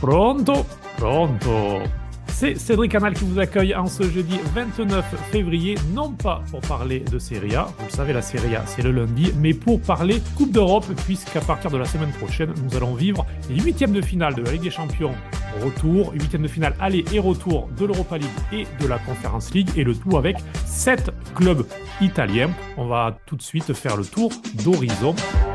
Pronto, pronto. C'est Cédric Canal qui vous accueille en ce jeudi 29 février, non pas pour parler de Serie A, vous le savez, la Serie A c'est le lundi, mais pour parler Coupe d'Europe, puisqu'à partir de la semaine prochaine, nous allons vivre les huitièmes de finale de la Ligue des Champions retour, huitièmes de finale aller et retour de l'Europa League et de la Conference League, et le tout avec 7 clubs italiens. On va tout de suite faire le tour d'horizon.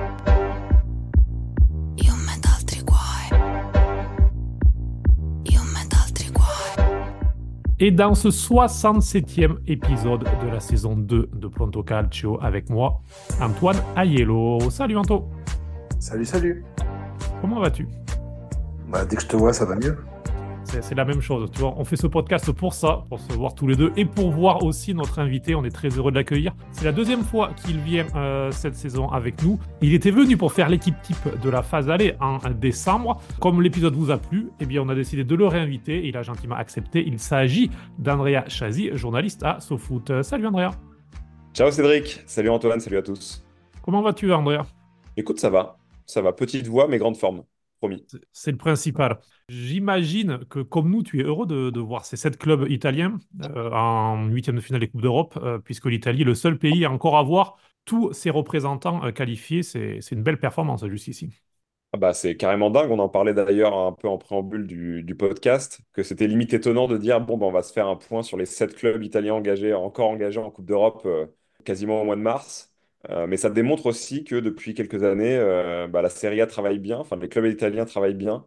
Et dans ce 67e épisode de la saison 2 de Pronto Calcio, avec moi, Antoine Aiello. Salut Anto. Salut. Comment vas-tu? Dès que je te vois, ça va mieux. C'est la même chose, tu vois. On fait ce podcast pour ça, pour se voir tous les deux et pour voir aussi notre invité. On est très heureux de l'accueillir. C'est la deuxième fois qu'il vient cette saison avec nous. Il était venu pour faire l'équipe type de la phase aller en décembre. Comme l'épisode vous a plu, eh bien, on a décidé de le réinviter. Il a gentiment accepté. Il s'agit d'Andrea Chazy, journaliste à SoFoot. Salut Andrea. Ciao Cédric, salut Antoine, salut à tous. Comment vas-tu Andrea? Écoute, ça va, petite voix mais grande forme, promis. C'est le principal. J'imagine que, comme nous, tu es heureux de voir ces 7 clubs italiens en huitième de finale des Coupes d'Europe, puisque l'Italie est le seul pays à encore avoir tous ses représentants qualifiés. C'est une belle performance jusqu'ici. Ah bah, c'est carrément dingue, on en parlait d'ailleurs un peu en préambule du podcast, que c'était limite étonnant de dire, bon, bah, on va se faire un point sur les 7 clubs italiens encore engagés en Coupe d'Europe quasiment au mois de mars. Mais ça démontre aussi que depuis quelques années, bah, la Serie A travaille bien, enfin les clubs italiens travaillent bien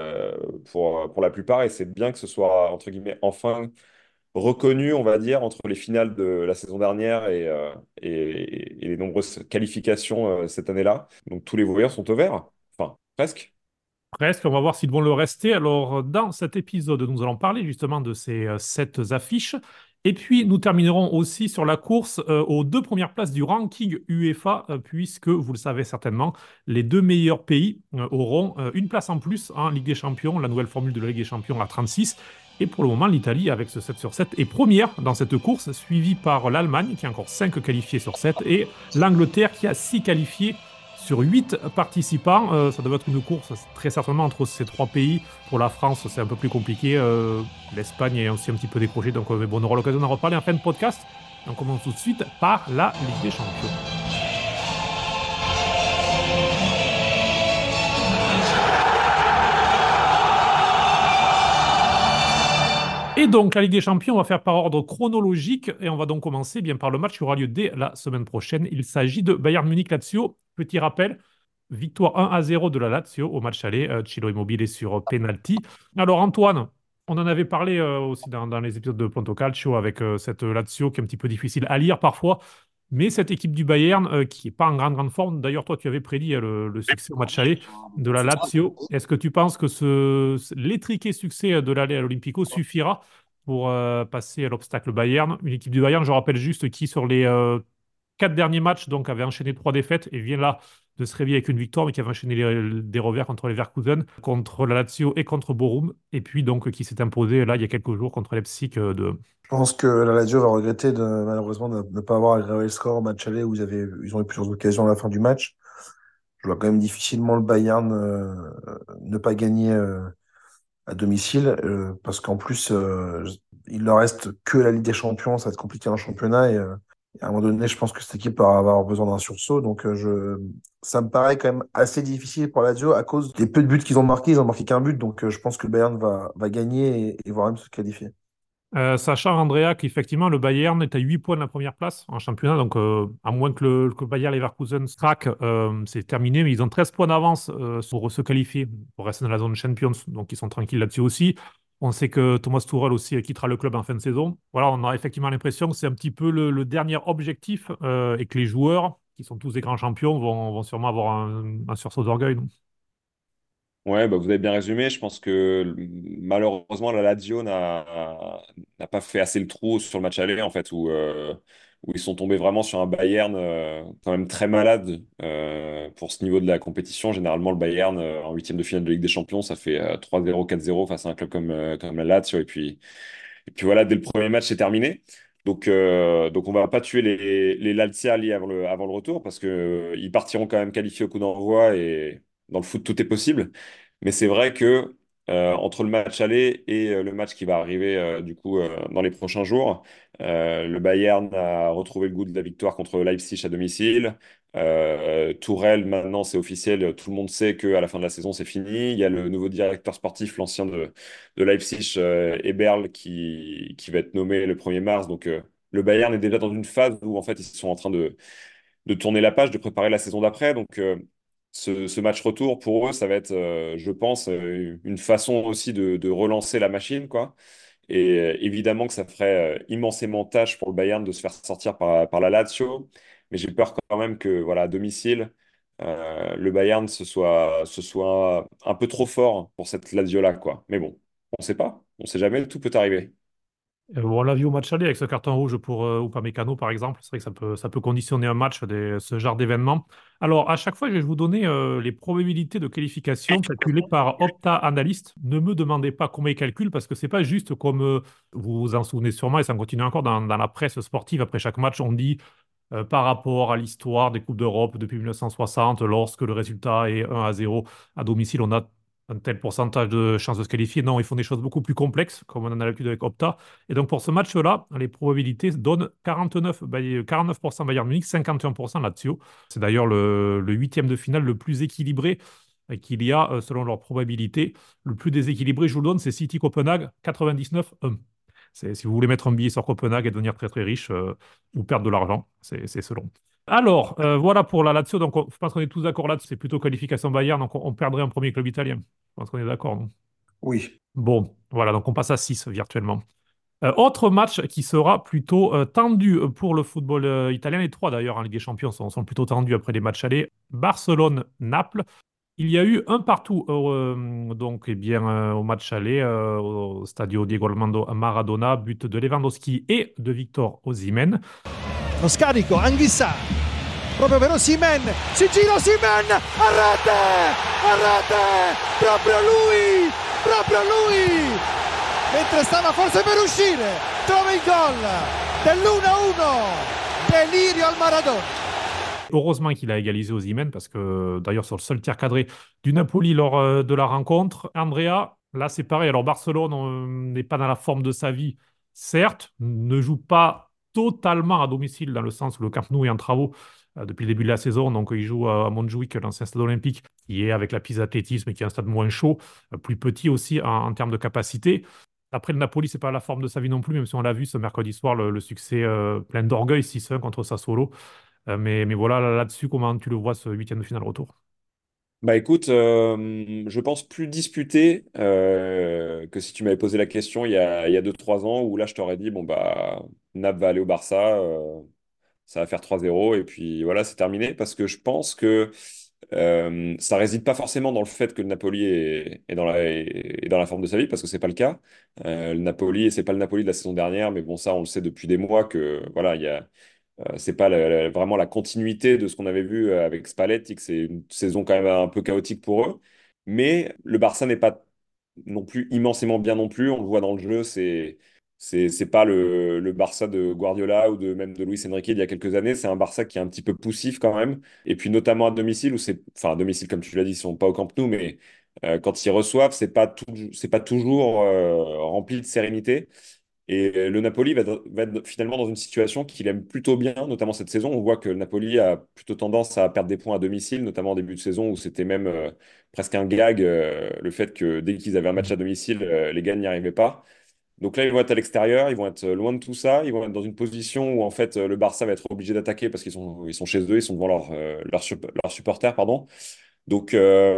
pour la plupart, et c'est bien que ce soit, entre guillemets, enfin reconnu, on va dire, entre les finales de la saison dernière et les nombreuses qualifications cette année-là. Donc tous les voyants sont au vert, enfin presque. Presque, on va voir s'ils vont le rester. Alors, dans cet épisode, nous allons parler justement de ces 7 affiches. Et puis, nous terminerons aussi sur la course aux 2 premières places du ranking UEFA, puisque, vous le savez certainement, les 2 meilleurs pays auront une place en plus en Ligue des Champions, la nouvelle formule de la Ligue des Champions à 36. Et pour le moment, l'Italie, avec ce 7 sur 7, est première dans cette course, suivie par l'Allemagne, qui a encore 5 qualifiés sur 7, et l'Angleterre, qui a 6 qualifiés sur 8 participants. Ça doit être une course très certainement entre ces 3 pays. Pour la France, c'est un peu plus compliqué. L'Espagne est aussi un petit peu décrochée, donc mais bon, on aura l'occasion d'en reparler en fin de podcast. On commence tout de suite par la Ligue des Champions. Et donc, la Ligue des Champions, on va faire par ordre chronologique et on va donc commencer bien par le match qui aura lieu dès la semaine prochaine. Il s'agit de Bayern Munich-Lazio. Petit rappel, victoire 1-0 de la Lazio au match aller. Ciro Immobile sur penalty. Alors, Antoine, on en avait parlé aussi dans les épisodes de Ponto Calcio avec cette Lazio qui est un petit peu difficile à lire parfois. Mais cette équipe du Bayern, qui n'est pas en grande forme, d'ailleurs, toi, tu avais prédit le succès au match aller de la Lazio. Est-ce que tu penses que l'étriqué succès de l'aller à l'Olympico suffira pour passer à l'obstacle Bayern? Une équipe du Bayern, je rappelle juste, qui sur les 4 derniers matchs donc avait enchaîné 3 défaites et vient là de se réveiller avec une victoire, mais qui avait enchaîné des revers contre les Leverkusen, contre la Lazio et contre Bochum, et puis donc qui s'est imposé là il y a quelques jours contre Leipzig Je pense que la Lazio va regretter malheureusement de ne pas avoir aggravé le score au match aller où ils ont eu plusieurs occasions à la fin du match. Je vois quand même difficilement le Bayern ne pas gagner à domicile parce qu'en plus, il leur reste que la Ligue des Champions, ça va être compliqué en championnat et à un moment donné, je pense que cette équipe va avoir besoin d'un sursaut. Donc, ça me paraît quand même assez difficile pour la Lazio à cause des peu de buts qu'ils ont marqués. Ils ont marqué qu'un but, donc je pense que le Bayern va gagner et voire même se qualifier. Sachant, Andrea, qu'effectivement, le Bayern est à 8 points de la première place en championnat. Donc, à moins que le Bayern Leverkusen craque, c'est terminé. Mais ils ont 13 points d'avance pour se qualifier, pour rester dans la zone Champions. Donc, ils sont tranquilles là-dessus aussi. On sait que Thomas Tuchel aussi quittera le club en fin de saison. Voilà, on a effectivement l'impression que c'est un petit peu le dernier objectif et que les joueurs, qui sont tous des grands champions, vont sûrement avoir un sursaut d'orgueil, non? Ouais, bah, vous avez bien résumé. Je pense que malheureusement, la Lazio n'a pas fait assez le trou sur le match aller, en fait, où ils sont tombés vraiment sur un Bayern quand même très malade pour ce niveau de la compétition. Généralement, le Bayern, en huitième de finale de Ligue des Champions, ça fait 3-0, 4-0 face à un club comme la Lazio. Et puis voilà, dès le premier match, c'est terminé. Donc on va pas tuer les Laziali avant le retour parce que ils partiront quand même qualifiés au coup d'envoi et dans le foot, tout est possible. Mais c'est vrai que entre le match aller et le match qui va arriver du coup dans les prochains jours. Le Bayern a retrouvé le goût de la victoire contre Leipzig à domicile. Tourelle, maintenant c'est officiel, tout le monde sait qu'à la fin de la saison c'est fini. Il y a le nouveau directeur sportif, l'ancien de Leipzig, Eberl, qui va être nommé le 1er mars. Donc le Bayern est déjà dans une phase où en fait ils sont en train de tourner la page, de préparer la saison d'après. Donc, ce match retour, pour eux, ça va être, je pense, une façon aussi de relancer la machine, quoi. Et évidemment que ça ferait immensément tâche pour le Bayern de se faire sortir par la Lazio. Mais j'ai peur quand même que, voilà, à domicile, le Bayern ce soit un peu trop fort pour cette Lazio-là, quoi. Mais bon, on ne sait pas. On ne sait jamais, tout peut arriver. On l'a vu au match aller avec ce carton rouge pour Upamecano, par exemple. C'est vrai que ça peut conditionner un match, ce genre d'événement. Alors, à chaque fois, je vais vous donner les probabilités de qualification calculées par Opta Analyst. Ne me demandez pas comment ils calculent, parce que c'est pas juste comme vous vous en souvenez sûrement, et ça continue encore dans la presse sportive. Après chaque match, on dit par rapport à l'histoire des Coupes d'Europe depuis 1960, lorsque le résultat est 1-0 à domicile, on a un tel pourcentage de chances de se qualifier. Non, ils font des choses beaucoup plus complexes, comme on en a l'habitude avec Opta. Et donc pour ce match-là, les probabilités donnent 49% Bayern Munich, 51% Lazio. C'est d'ailleurs le huitième de finale le plus équilibré qu'il y a selon leurs probabilités. Le plus déséquilibré, je vous le donne, c'est City-Copenhague, 99-1. Si vous voulez mettre un billet sur Copenhague et devenir très très riche ou perdre de l'argent, c'est selon. Alors, voilà pour la Lazio. Donc, je pense qu'on est tous d'accord là. C'est plutôt qualification Bayern. Donc, on perdrait un premier club italien. Je pense qu'on est d'accord, non? Oui. Bon, voilà. Donc, on passe à 6 virtuellement. Autre match qui sera plutôt tendu pour le football italien. Les trois d'ailleurs en Ligue des Champions sont plutôt tendus après les matchs allés. Barcelone-Naples. Il y a eu un partout donc, eh bien, au match aller au Stadio Diego Armando Maradona, but de Lewandowski et de Victor Osimhen. Lo scarico, Anghissà, proprio per Osimhen, si gira Osimhen, a rete, proprio lui, mentre stava forse per uscire, trova il gol dell'1-1, delirio al Maradona. Heureusement qu'il a égalisé Osimhen parce que d'ailleurs sur le seul tir cadré du Napoli lors de la rencontre, Andrea, là c'est pareil. Alors Barcelone n'est pas dans la forme de sa vie, certes, ne joue pas totalement à domicile dans le sens où le Camp Nou est en travaux depuis le début de la saison. Donc il joue à Montjuïc, l'ancien stade olympique, qui est avec la piste d'athlétisme, qui est un stade moins chaud, plus petit aussi en termes de capacité. Après, le Napoli, c'est pas la forme de sa vie non plus, même si on l'a vu ce mercredi soir, le succès plein d'orgueil 6-1 contre Sassuolo. Mais voilà, là-dessus, comment tu le vois, ce huitième de finale retour? Bah écoute, je pense plus disputé que si tu m'avais posé la question il y a 2-3 ans où là je t'aurais dit bon bah Naples va aller au Barça, ça va faire 3-0 et puis voilà c'est terminé parce que je pense que ça réside pas forcément dans le fait que le Napoli est dans la forme de sa vie parce que c'est pas le cas. Le Napoli, c'est pas le Napoli de la saison dernière, mais bon ça on le sait depuis des mois que voilà c'est pas vraiment la continuité de ce qu'on avait vu avec Spalletti, que c'est une saison quand même un peu chaotique pour eux. Mais le Barça n'est pas non plus immensément bien non plus. On le voit dans le jeu, c'est pas le Barça de Guardiola ou même de Luis Enrique il y a quelques années. C'est un Barça qui est un petit peu poussif quand même. Et puis notamment à domicile, enfin à domicile comme tu l'as dit, ils sont pas au Camp Nou, mais quand ils reçoivent, c'est pas toujours rempli de sérénité. Et le Napoli va être finalement dans une situation qu'il aime plutôt bien, notamment cette saison. On voit que le Napoli a plutôt tendance à perdre des points à domicile, notamment en début de saison où c'était même presque un gag, le fait que dès qu'ils avaient un match à domicile, les gars n'y arrivaient pas. Donc là, ils vont être à l'extérieur, ils vont être loin de tout ça, ils vont être dans une position où en fait le Barça va être obligé d'attaquer parce qu'ils sont chez eux, ils sont devant leurs supporters, pardon. Donc,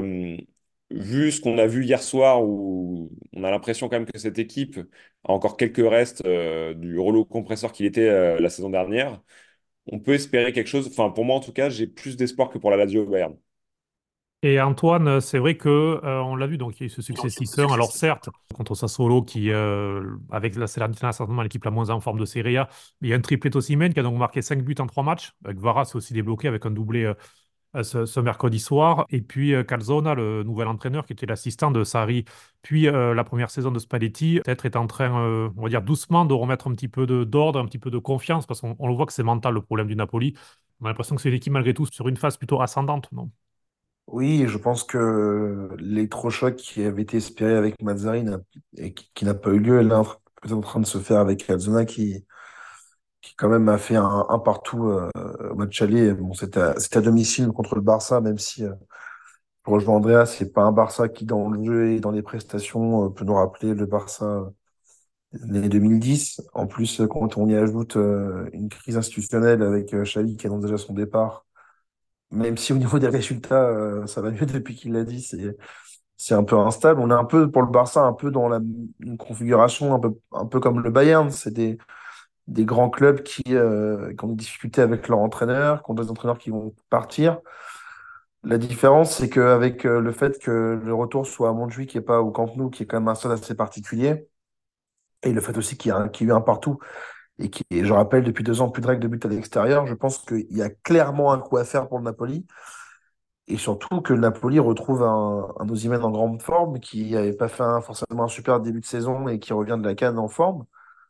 vu ce qu'on a vu hier soir, où on a l'impression quand même que cette équipe a encore quelques restes du rouleau compresseur qu'il était la saison dernière, on peut espérer quelque chose. Enfin, pour moi en tout cas, j'ai plus d'espoir que pour la Lazio Bayern. Et Antoine, c'est vrai que on l'a vu, donc il y a eu ce succès 6-1. Alors certes, contre Sassuolo, qui avec la Salernitana, certainement l'équipe la moins en forme de Serie A, il y a un triplé Osimhen qui a donc marqué 5 buts en 3 matchs. Avec Vara, c'est aussi débloqué avec un doublé ce mercredi soir. Et puis Calzona, le nouvel entraîneur qui était l'assistant de Sarri, puis la première saison de Spalletti, peut-être est en train, on va dire doucement, de remettre un petit peu d'ordre, un petit peu de confiance, parce qu'on le voit que c'est mental le problème du Napoli. On a l'impression que c'est une équipe malgré tout sur une phase plutôt ascendante, non? Oui, je pense que l'électrochoc qui avait été espéré avec Mazzarri et qui n'a pas eu lieu, est là peut-être en train de se faire avec Azona qui quand même a fait un partout au match aller. Bon, c'était à domicile contre le Barça, même si, pour rejoindre Andrea, c'est pas un Barça qui, dans le jeu et dans les prestations, peut nous rappeler le Barça des années 2010. En plus, quand on y ajoute une crise institutionnelle avec Xavi qui annonce déjà son départ, même si au niveau des résultats, ça va mieux depuis qu'il l'a dit, c'est un peu instable. On est un peu, pour le Barça, un peu dans une configuration un peu comme le Bayern. C'est des grands clubs qui ont des difficultés avec leur entraîneur, qui ont des entraîneurs qui vont partir. La différence, c'est qu'avec le fait que le retour soit à Montjuïc et pas au Camp Nou, qui est quand même un stade assez particulier, et le fait aussi qu'il y ait eu un partout, et je rappelle, depuis 2 ans, plus de règles de but à l'extérieur, je pense qu'il y a clairement un coup à faire pour le Napoli. Et surtout que le Napoli retrouve un Osimhen en grande forme, qui n'avait pas fait forcément un super début de saison et qui revient de la CAN en forme.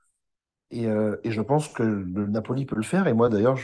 Et je pense que le Napoli peut le faire. Et moi, d'ailleurs,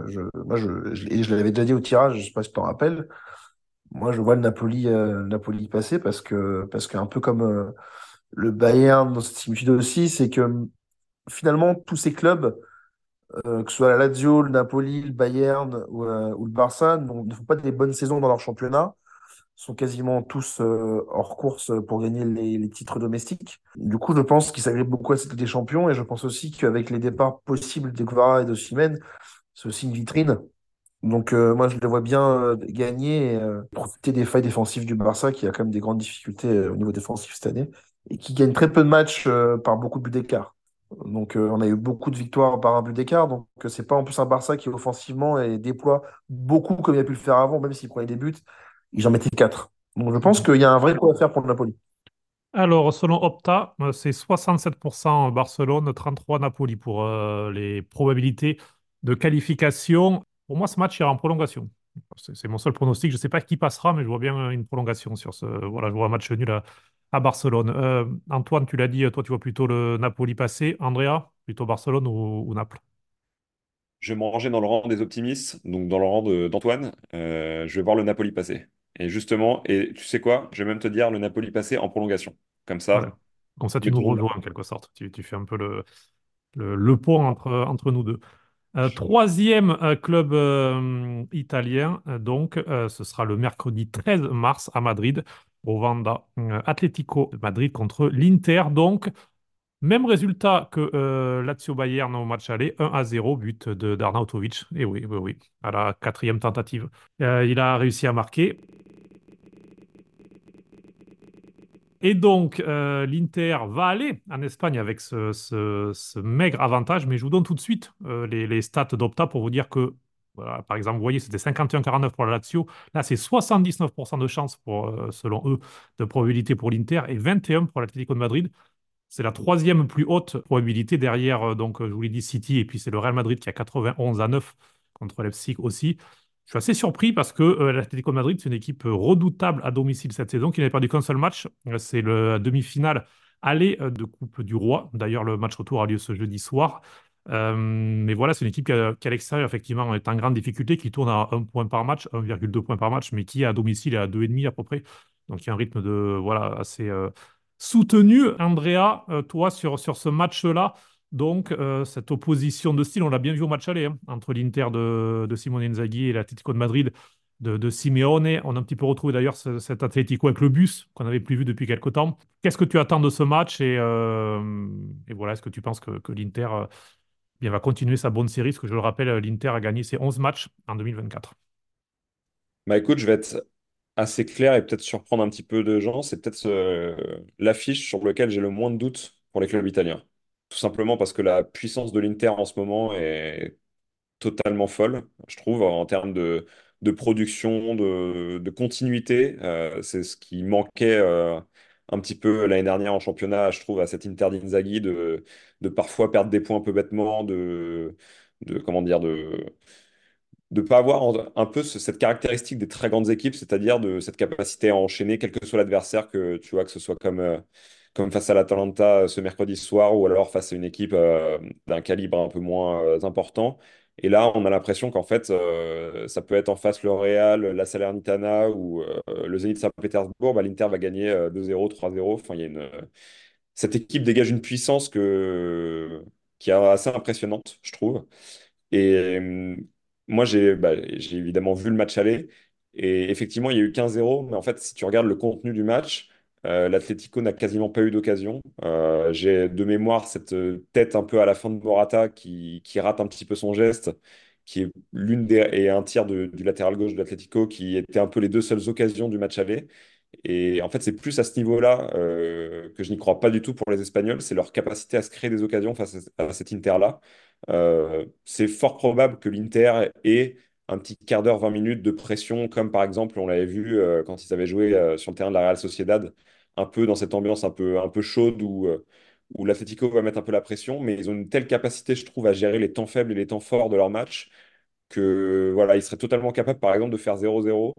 et je l'avais déjà dit au tirage, je ne sais pas si tu t'en rappelles, moi, je vois le Napoli passer parce qu'un peu comme le Bayern dans cette similitude aussi, c'est que finalement, tous ces clubs, que ce soit la Lazio, le Napoli, le Bayern ou le Barça, ne font pas des bonnes saisons dans leur championnat, sont quasiment tous hors course pour gagner les titres domestiques. Du coup, je pense qu'ils s'agrippent beaucoup à cette Ligue des Champions et je pense aussi qu'avec les départs possibles de Kvara et de Osimhen, c'est aussi une vitrine. Donc moi, je les vois bien gagner et profiter des failles défensives du Barça qui a quand même des grandes difficultés au niveau défensif cette année et qui gagne très peu de matchs par beaucoup de buts d'écart. Donc on a eu beaucoup de victoires par un but d'écart. Donc c'est pas en plus un Barça qui offensivement et déploie beaucoup comme il a pu le faire avant, même s'il prenait des buts, ils en mettaient 4. Donc je pense qu'il y a un vrai coup à faire pour le Napoli. Alors, selon Opta, c'est 67% Barcelone, 33 Napoli pour les probabilités de qualification. Pour moi, ce match ira en prolongation. C'est mon seul pronostic. Je ne sais pas qui passera, mais je vois bien une prolongation sur ce. Voilà, je vois un match nul à Barcelone. Antoine, tu l'as dit, toi, tu vois plutôt le Napoli passer. Andrea, plutôt Barcelone ou Naples? Je vais me ranger dans le rang des optimistes, donc dans le rang d'Antoine. Je vais voir le Napoli passer. Et justement, et tu sais quoi? Je vais même te dire le Napoli passer en prolongation. Comme Voilà. ça, Comme ça, tu nous mettons. rejoins en quelque sorte. Tu fais un peu le pont entre nous deux. Troisième club italien, donc ce sera le mercredi 13 mars à Madrid, au Wanda Atlético de Madrid contre l'Inter. Donc, même résultat que Lazio-Bayern au match aller, 1-0, but d'Arnautovic. Et oui, oui, oui, à la quatrième tentative. Il a réussi à marquer. Et donc, l'Inter va aller en Espagne avec ce maigre avantage, mais je vous donne tout de suite les stats d'Opta pour vous dire que, voilà, par exemple, vous voyez, c'était 51-49 pour la Lazio. Là, c'est 79% de chance, selon eux, de probabilité pour l'Inter et 21 pour l'Atlético de Madrid. C'est la troisième plus haute probabilité derrière, donc, je vous l'ai dit, City, et puis c'est le Real Madrid qui a 91-9 contre Leipzig aussi. Je suis assez surpris parce que l'Atlético de Madrid, c'est une équipe redoutable à domicile cette saison, qui n'avait perdu qu'un seul match. C'est la demi-finale aller de Coupe du Roi. D'ailleurs, le match retour a lieu ce jeudi soir. Mais voilà, c'est une équipe qui à l'extérieur, effectivement, est en grande difficulté, qui tourne à 1 point par match, 1,2 points par match, mais qui à domicile est à 2,5 à peu près. Donc il y a un rythme de, voilà, assez soutenu. Andrea, toi, sur ce match-là, donc, cette opposition de style, on l'a bien vu au match aller, hein, entre l'Inter de Simone Inzaghi et l'Atlético de Madrid de Simeone. On a un petit peu retrouvé d'ailleurs cet Atlético avec le bus qu'on n'avait plus vu depuis quelque temps. Qu'est-ce que tu attends de ce match et voilà, est-ce que tu penses que l'Inter bien, va continuer sa bonne série? Parce que je le rappelle, l'Inter a gagné ses 11 matchs en 2024. Bah écoute, je vais être assez clair et peut-être surprendre un petit peu de gens. C'est peut-être l'affiche sur laquelle j'ai le moins de doutes pour les clubs italiens. Tout simplement parce que la puissance de l'Inter en ce moment est totalement folle, je trouve, en termes de production, de continuité. C'est ce qui manquait un petit peu l'année dernière en championnat, je trouve, à cet Inter d'Inzaghi, de parfois perdre des points un peu bêtement, comment dire, de pas avoir un peu cette caractéristique des très grandes équipes, c'est-à-dire de cette capacité à enchaîner, quel que soit l'adversaire, que tu vois, que ce soit comme comme face à l'Atalanta ce mercredi soir, ou alors face à une équipe d'un calibre un peu moins important. Et là, on a l'impression qu'en fait, ça peut être en face le Real, la Salernitana ou le Zénith Saint-Pétersbourg. Bah, l'Inter va gagner 2-0, 3-0. Enfin, il y a cette équipe dégage une puissance qui est assez impressionnante, je trouve. Et moi, j'ai évidemment vu le match aller. Et effectivement, il y a eu 15-0. Mais en fait, si tu regardes le contenu du match, l'Atlético n'a quasiment pas eu d'occasion. J'ai de mémoire cette tête un peu à la fin de Morata qui rate un petit peu son geste, qui est et un tir du latéral gauche de l'Atlético, qui étaient un peu les deux seules occasions du match aller. Et en fait, c'est plus à ce niveau-là que je n'y crois pas du tout pour les Espagnols. C'est leur capacité à se créer des occasions face à cet Inter-là. C'est fort probable que l'Inter ait un petit quart d'heure, 20 minutes de pression, comme par exemple, on l'avait vu quand ils avaient joué sur le terrain de la Real Sociedad, un peu dans cette ambiance un peu chaude où l'Atlético va mettre un peu la pression, mais ils ont une telle capacité, je trouve, à gérer les temps faibles et les temps forts de leur match que voilà, ils seraient totalement capables, par exemple, de faire 0-0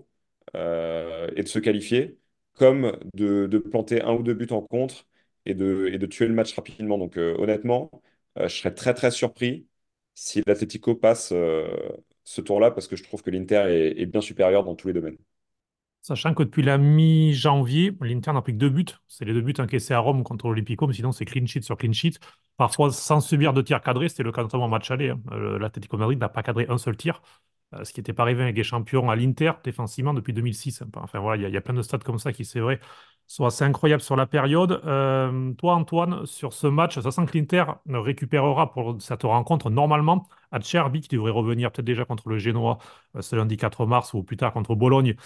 et de se qualifier, comme de planter un ou deux buts en contre et de tuer le match rapidement. Donc honnêtement, je serais très très surpris si l'Atlético passe ce tour-là parce que je trouve que l'Inter est bien supérieur dans tous les domaines. Sachant que depuis la mi-janvier, l'Inter n'a pris que deux buts. C'est les deux buts encaissés à Rome contre l'Olympico, mais sinon c'est clean sheet sur clean sheet. Parfois sans subir de tirs cadrés, c'était le cas notamment au match aller, hein. L'Atlético Madrid n'a pas cadré un seul tir, ce qui n'était pas arrivé avec des champions à l'Inter défensivement depuis 2006. Enfin voilà, il y a plein de stats comme ça qui, c'est vrai, sont assez incroyables sur la période. Toi, Antoine, sur ce match, ça sent que l'Inter récupérera pour cette rencontre normalement Acerbi, qui devrait revenir peut-être déjà contre le Genoa ce lundi 4 mars ou plus tard contre Bologne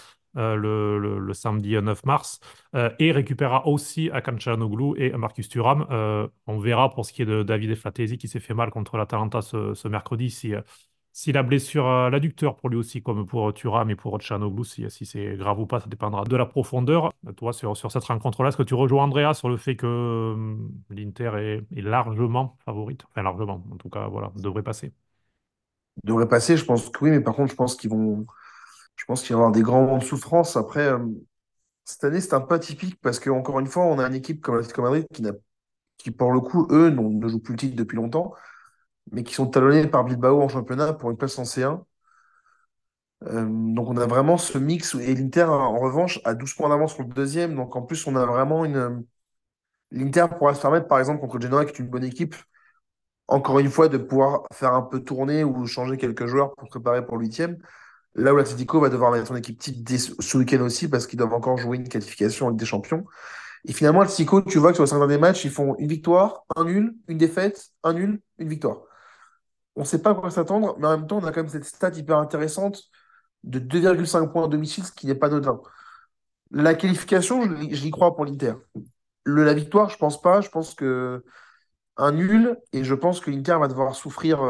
le samedi 9 mars, et récupérera aussi Hakan Çalhanoğlu et Marcus Thuram. On verra pour ce qui est de Davide Fratesi qui s'est fait mal contre l'Atalanta ce mercredi si la blessure à l'adducteur pour lui aussi, comme pour Thuram et pour Çalhanoğlu, si c'est grave ou pas, ça dépendra de la profondeur. Toi, sur cette rencontre-là, est-ce que tu rejoins Andrea sur le fait que l'Inter est largement favorite? Enfin, largement, en tout cas, voilà, devrait passer. Devrait passer, je pense que oui, mais par contre, je pense qu'il va y avoir des grands moments de souffrance. Après, cette année, c'est un peu atypique parce que, encore une fois, on a une équipe comme l'Atlético Madrid qui, pour le coup, eux, ne jouent plus le titre depuis longtemps, mais qui sont talonnés par Bilbao en championnat pour une place en C1. Donc, on a vraiment ce mix. Et l'Inter, en revanche, a 12 points d'avance sur le deuxième. Donc, en plus, on a vraiment une. L'Inter pourra se permettre, par exemple, contre le Genoa, qui est une bonne équipe, encore une fois, de pouvoir faire un peu tourner ou changer quelques joueurs pour se préparer pour le huitième. Là où l'Atlético va devoir mettre son équipe type dès ce week-end aussi, parce qu'ils doivent encore jouer une qualification en Ligue des Champions. Et finalement, l'Atlético, tu vois que sur les 5 derniers matchs, ils font une victoire, un nul, une défaite, un nul, une victoire. On ne sait pas à quoi s'attendre, mais en même temps, on a quand même cette stat hyper intéressante de 2,5 points à domicile, ce qui n'est pas anodin. La qualification, je l'y crois pour l'Inter. La victoire, je pense pas. Je pense que un nul, et je pense que l'Inter va devoir souffrir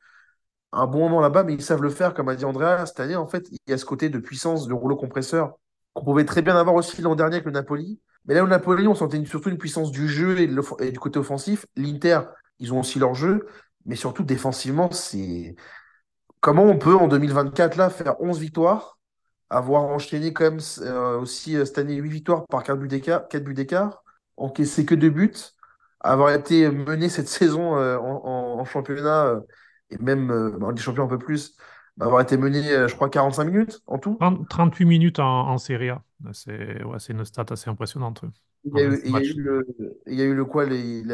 un bon moment là-bas, mais ils savent le faire, comme a dit Andrea. Cette année, en fait, il y a ce côté de puissance, de rouleau compresseur, qu'on pouvait très bien avoir aussi l'an dernier avec le Napoli. Mais là, au Napoli, on sentait surtout une puissance du jeu et du côté offensif. L'Inter, ils ont aussi leur jeu, mais surtout défensivement, c'est. Comment on peut, en 2024, là, faire 11 victoires, avoir enchaîné quand même aussi cette année 8 victoires par 4 buts d'écart, encaissé que 2 buts, avoir été mené cette saison en championnat et même en Ligue des Champions un peu plus, avoir été mené, je crois, 45 minutes en tout. 38 minutes en Serie A. C'est une stat assez impressionnante, Il y en a eu, 26 il y a eu matchs. le, il y a eu le quoi,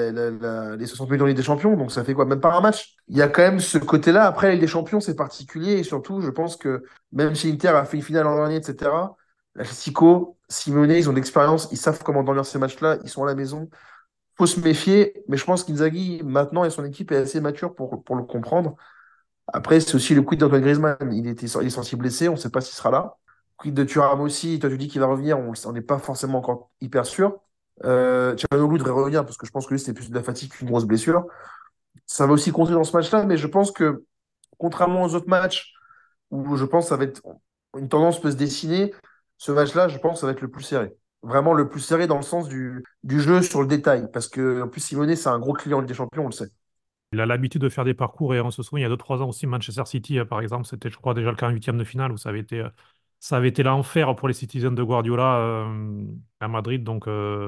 les 60 minutes en Ligue des Champions, donc ça fait quoi, même pas un match. Il y a quand même ce côté-là. Après, la Ligue des Champions, c'est particulier, et surtout, je pense que même si Inter a fait une finale l'an dernier, etc., l'Atlético, Simeone, ils ont de l'expérience, ils savent comment dormir ces matchs-là, ils sont à la maison. Faut se méfier, mais je pense qu'Inzaghi, maintenant, et son équipe est assez mature pour le comprendre. Après, c'est aussi le quid d'Antoine Griezmann. Il est sorti blessé, on ne sait pas s'il sera là. Quid de Thuram aussi, toi tu dis qu'il va revenir, on n'est pas forcément encore hyper sûr. Çalhanoğlu devrait revenir parce que je pense que lui, c'était plus de la fatigue qu'une grosse blessure. Ça va aussi compter dans ce match-là, mais je pense que, contrairement aux autres matchs où je pense que ça va être une tendance peut se dessiner, ce match-là, je pense que ça va être le plus serré. Vraiment le plus serré dans le sens du jeu sur le détail. Parce que, en plus, Simone, c'est un gros client en Ligue des Champions, on le sait. Il a l'habitude de faire des parcours et on se souvient, il y a 2 3 ans aussi, Manchester City, par exemple, c'était, je crois, déjà le cas en huitième de finale où ça avait été l'enfer pour les Citizens de Guardiola à Madrid. Donc,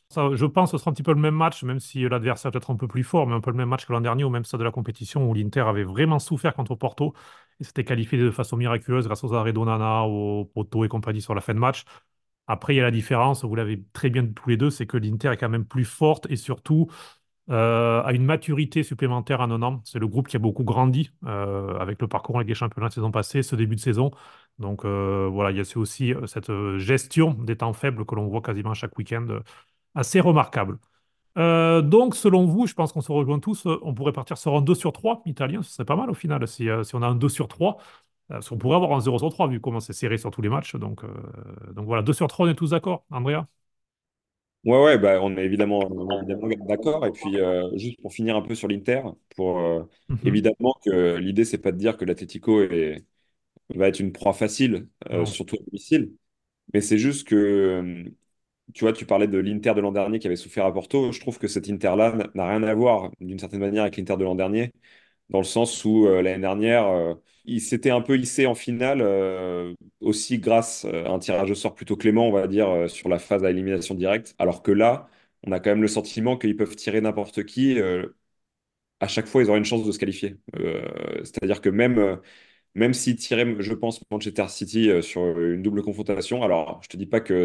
Ça, je pense que ce sera un petit peu le même match, même si l'adversaire est peut-être un peu plus fort, mais un peu le même match que l'an dernier, au même stade de la compétition, où l'Inter avait vraiment souffert contre Porto et s'était qualifié de façon miraculeuse grâce aux arrêts d'Onana, au Porto et compagnie sur la fin de match. Après, il y a la différence, vous l'avez très bien dit tous les deux, c'est que l'Inter est quand même plus forte et surtout a une maturité supplémentaire en un an. C'est le groupe qui a beaucoup grandi avec le parcours avec les championnats de saison passée, ce début de saison. Donc voilà, il y a aussi cette gestion des temps faibles que l'on voit quasiment chaque week-end, assez remarquable. Donc, selon vous, je pense qu'on se rejoint tous, on pourrait partir sur un 2 sur 3 italien, ce serait pas mal au final si on a un 2 sur 3. Parce qu'on pourrait avoir un 0 sur 3 vu comment c'est serré sur tous les matchs. Donc voilà, 2 sur 3, on est tous d'accord, Andrea? Ouais, bah, on est évidemment d'accord. Et puis, juste pour finir un peu sur l'Inter, Mhm. évidemment que l'idée, c'est pas de dire que va être une proie facile, Non. surtout à domicile. Mais c'est juste que, tu vois, tu parlais de l'Inter de l'an dernier qui avait souffert à Porto. Je trouve que cet Inter-là n'a rien à voir, d'une certaine manière, avec l'Inter de l'an dernier, dans le sens où l'année dernière, il s'était un peu hissé en finale, aussi grâce à un tirage au sort plutôt clément, on va dire, sur la phase à élimination directe. Alors que là, on a quand même le sentiment qu'ils peuvent tirer n'importe qui. À chaque fois, ils auraient une chance de se qualifier. C'est-à-dire que même s'ils tiraient, je pense, Manchester City sur une double confrontation, alors je te dis pas que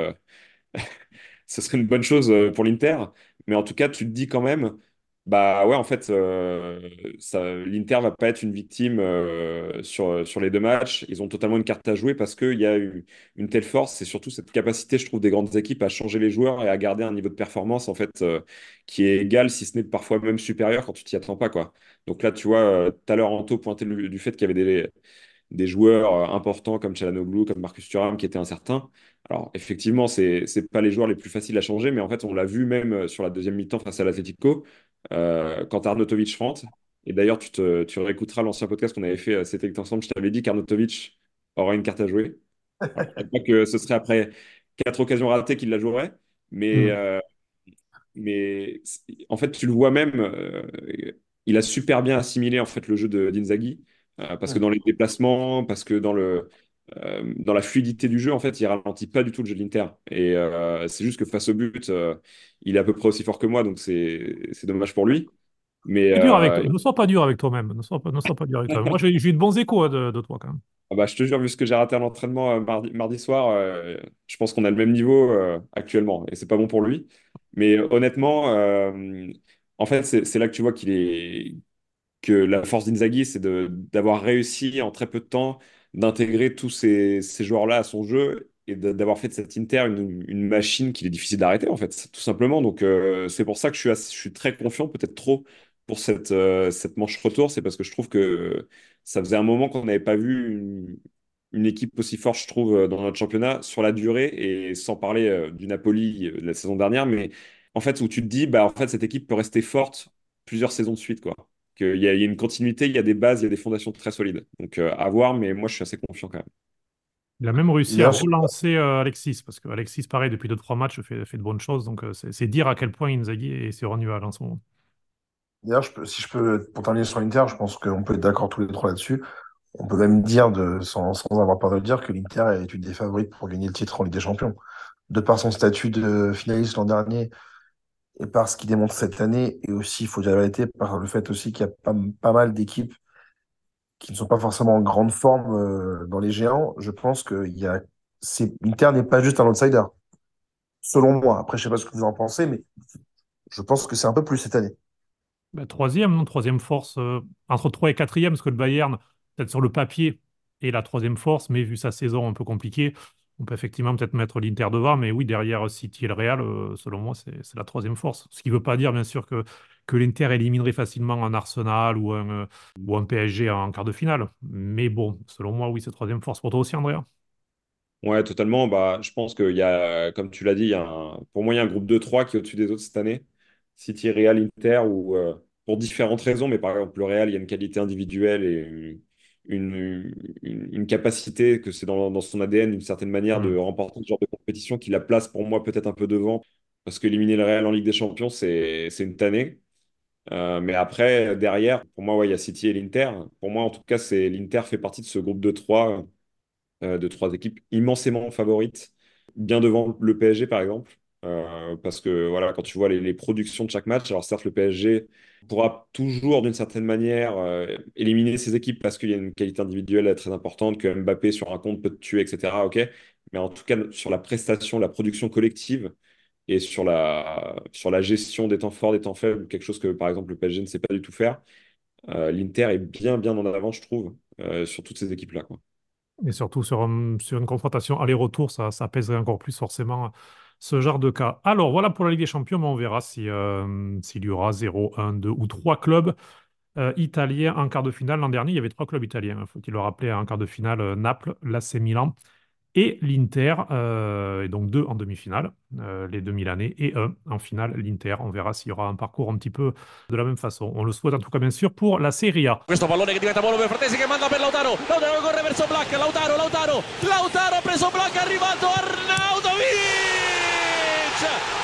ce serait une bonne chose pour l'Inter. Mais en tout cas, tu te dis quand même, bah ouais, en fait, l'Inter va pas être une victime sur les deux matchs. Ils ont totalement une carte à jouer parce qu'il y a eu une telle force. C'est surtout cette capacité, je trouve, des grandes équipes à changer les joueurs et à garder un niveau de performance, en fait, qui est égal, si ce n'est parfois même supérieur quand tu t'y attends pas, quoi. Donc là, tu vois, tout à l'heure, Anto pointait du fait qu'il y avait des joueurs importants comme Çalhanoğlu, comme Marcus Thuram qui étaient incertains. Alors, effectivement, c'est pas les joueurs les plus faciles à changer, mais en fait, on l'a vu même sur la deuxième mi-temps face à l'Atlético, quand Arnautovic rentre. Et d'ailleurs, tu réécouteras l'ancien podcast qu'on avait fait, c'était ensemble, je t'avais dit qu'Arnautovic aura une carte à jouer. Alors, je ne pas que ce serait après 4 occasions ratées qu'il la jouerait, mais, Mm. euh, en fait, tu le vois même, il a super bien assimilé en fait le jeu d'Inzaghi, parce que Ouais. dans les déplacements, parce que dans la fluidité du jeu, en fait, il ralentit pas du tout le jeu de l'Inter. Et c'est juste que face au but, il est à peu près aussi fort que moi, donc c'est dommage pour lui. Mais Et dur avec toi. Ne sois pas dur avec toi-même. Ne sois pas dur avec toi-même. Moi, j'ai eu de bons échos de toi quand même. ah bah, je te jure, vu ce que j'ai raté à l'entraînement mardi soir, je pense qu'on a le même niveau actuellement, et c'est pas bon pour lui. Mais honnêtement, en fait, c'est là que tu vois que la force d'Inzaghi, c'est d'avoir réussi en très peu de temps d'intégrer tous ces joueurs-là à son jeu et d'avoir fait de cette Inter une machine qu'il est difficile d'arrêter, en fait, tout simplement. Donc, c'est pour ça que je suis très confiant, peut-être trop, pour cette manche retour. C'est parce que je trouve que ça faisait un moment qu'on n'avait pas vu une équipe aussi forte, je trouve, dans notre championnat sur la durée, et sans parler du Napoli de la saison dernière, mais en fait, où tu te dis, bah, en fait, cette équipe peut rester forte plusieurs saisons de suite, quoi. Il y a une continuité, il y a des bases, il y a des fondations très solides. Donc, à voir, mais moi, je suis assez confiant quand même. Il a même réussi à D'ailleurs, si relancer Alexis, parce que Alexis, pareil, depuis 2-3 matchs, fait de bonnes choses. Donc, c'est dire à quel point Inzaghi est sur un nuage en ce moment. d'ailleurs, si je peux, pour terminer sur l'Inter, je pense qu'on peut être d'accord tous les trois là-dessus. On peut même dire, sans avoir peur de le dire, que l'Inter est une des favorites pour gagner le titre en Ligue des Champions. De par son statut de finaliste l'an dernier et par ce qu'il démontre cette année, et aussi, il faut dire la vérité, par le fait aussi qu'il y a pas mal d'équipes qui ne sont pas forcément en grande forme dans les géants, je pense que l'Inter n'est pas juste un outsider, selon moi. Après, je sais pas ce que vous en pensez, mais je pense que c'est un peu plus cette année. Ben, troisième, non? Troisième force, entre 3 et quatrième, parce que le Bayern, peut-être sur le papier, est la troisième force, mais vu sa saison un peu compliquée, on peut effectivement peut-être mettre l'Inter devant, mais oui, derrière City et le Real, selon moi, c'est la troisième force. Ce qui ne veut pas dire, bien sûr, que l'Inter éliminerait facilement un Arsenal ou un PSG en quart de finale. Mais bon, selon moi, oui, c'est troisième force. Pour toi aussi, Andrea? Ouais, totalement. Bah, je pense qu'il y a, comme tu l'as dit, pour moi, il y a un groupe de trois qui est au-dessus des autres cette année. City, Real, Inter, ou pour différentes raisons, mais par exemple, le Real, il y a une qualité individuelle et une capacité que c'est dans son ADN, d'une certaine manière, de Hmm. remporter ce genre de compétition qui la place pour moi peut-être un peu devant, parce qu'éliminer le Real en Ligue des Champions, c'est une tannée. Mais après, derrière, pour moi, ouais, il y a City et l'Inter. Pour moi, en tout cas, l'Inter fait partie de ce groupe de trois équipes immensément favorites, bien devant le PSG, par exemple. Parce que voilà, quand tu vois les productions de chaque match, alors certes, le PSG pourra toujours, d'une certaine manière, éliminer ses équipes parce qu'il y a une qualité individuelle très importante, que Mbappé sur un compte peut te tuer, etc. Ok, mais en tout cas, sur la prestation, la production collective et sur la gestion des temps forts, des temps faibles, quelque chose que par exemple le PSG ne sait pas du tout faire, l'Inter est bien en avant, je trouve, sur toutes ces équipes-là, quoi. Et surtout sur une confrontation aller-retour, ça pèserait encore plus forcément ce genre de cas. Alors voilà pour la Ligue des Champions, mais on verra s'il y aura 0, 1, 2 ou 3 clubs italiens en quart de finale. L'an dernier, il y avait 3 clubs italiens, faut-il le rappeler, en quart de finale, Naples, l'AC Milan et l'Inter, et donc 2 en demi-finale, les deux Milanais, et un en finale, l'Inter. On verra s'il y aura un parcours un petit peu de la même façon. On le souhaite en tout cas bien sûr pour la Serie A. Questo pallone che diventa volo per Frattesi che manda per Lautaro. Lautaro corre verso Black. Lautaro ha preso Black, è arrivato Arnautovic.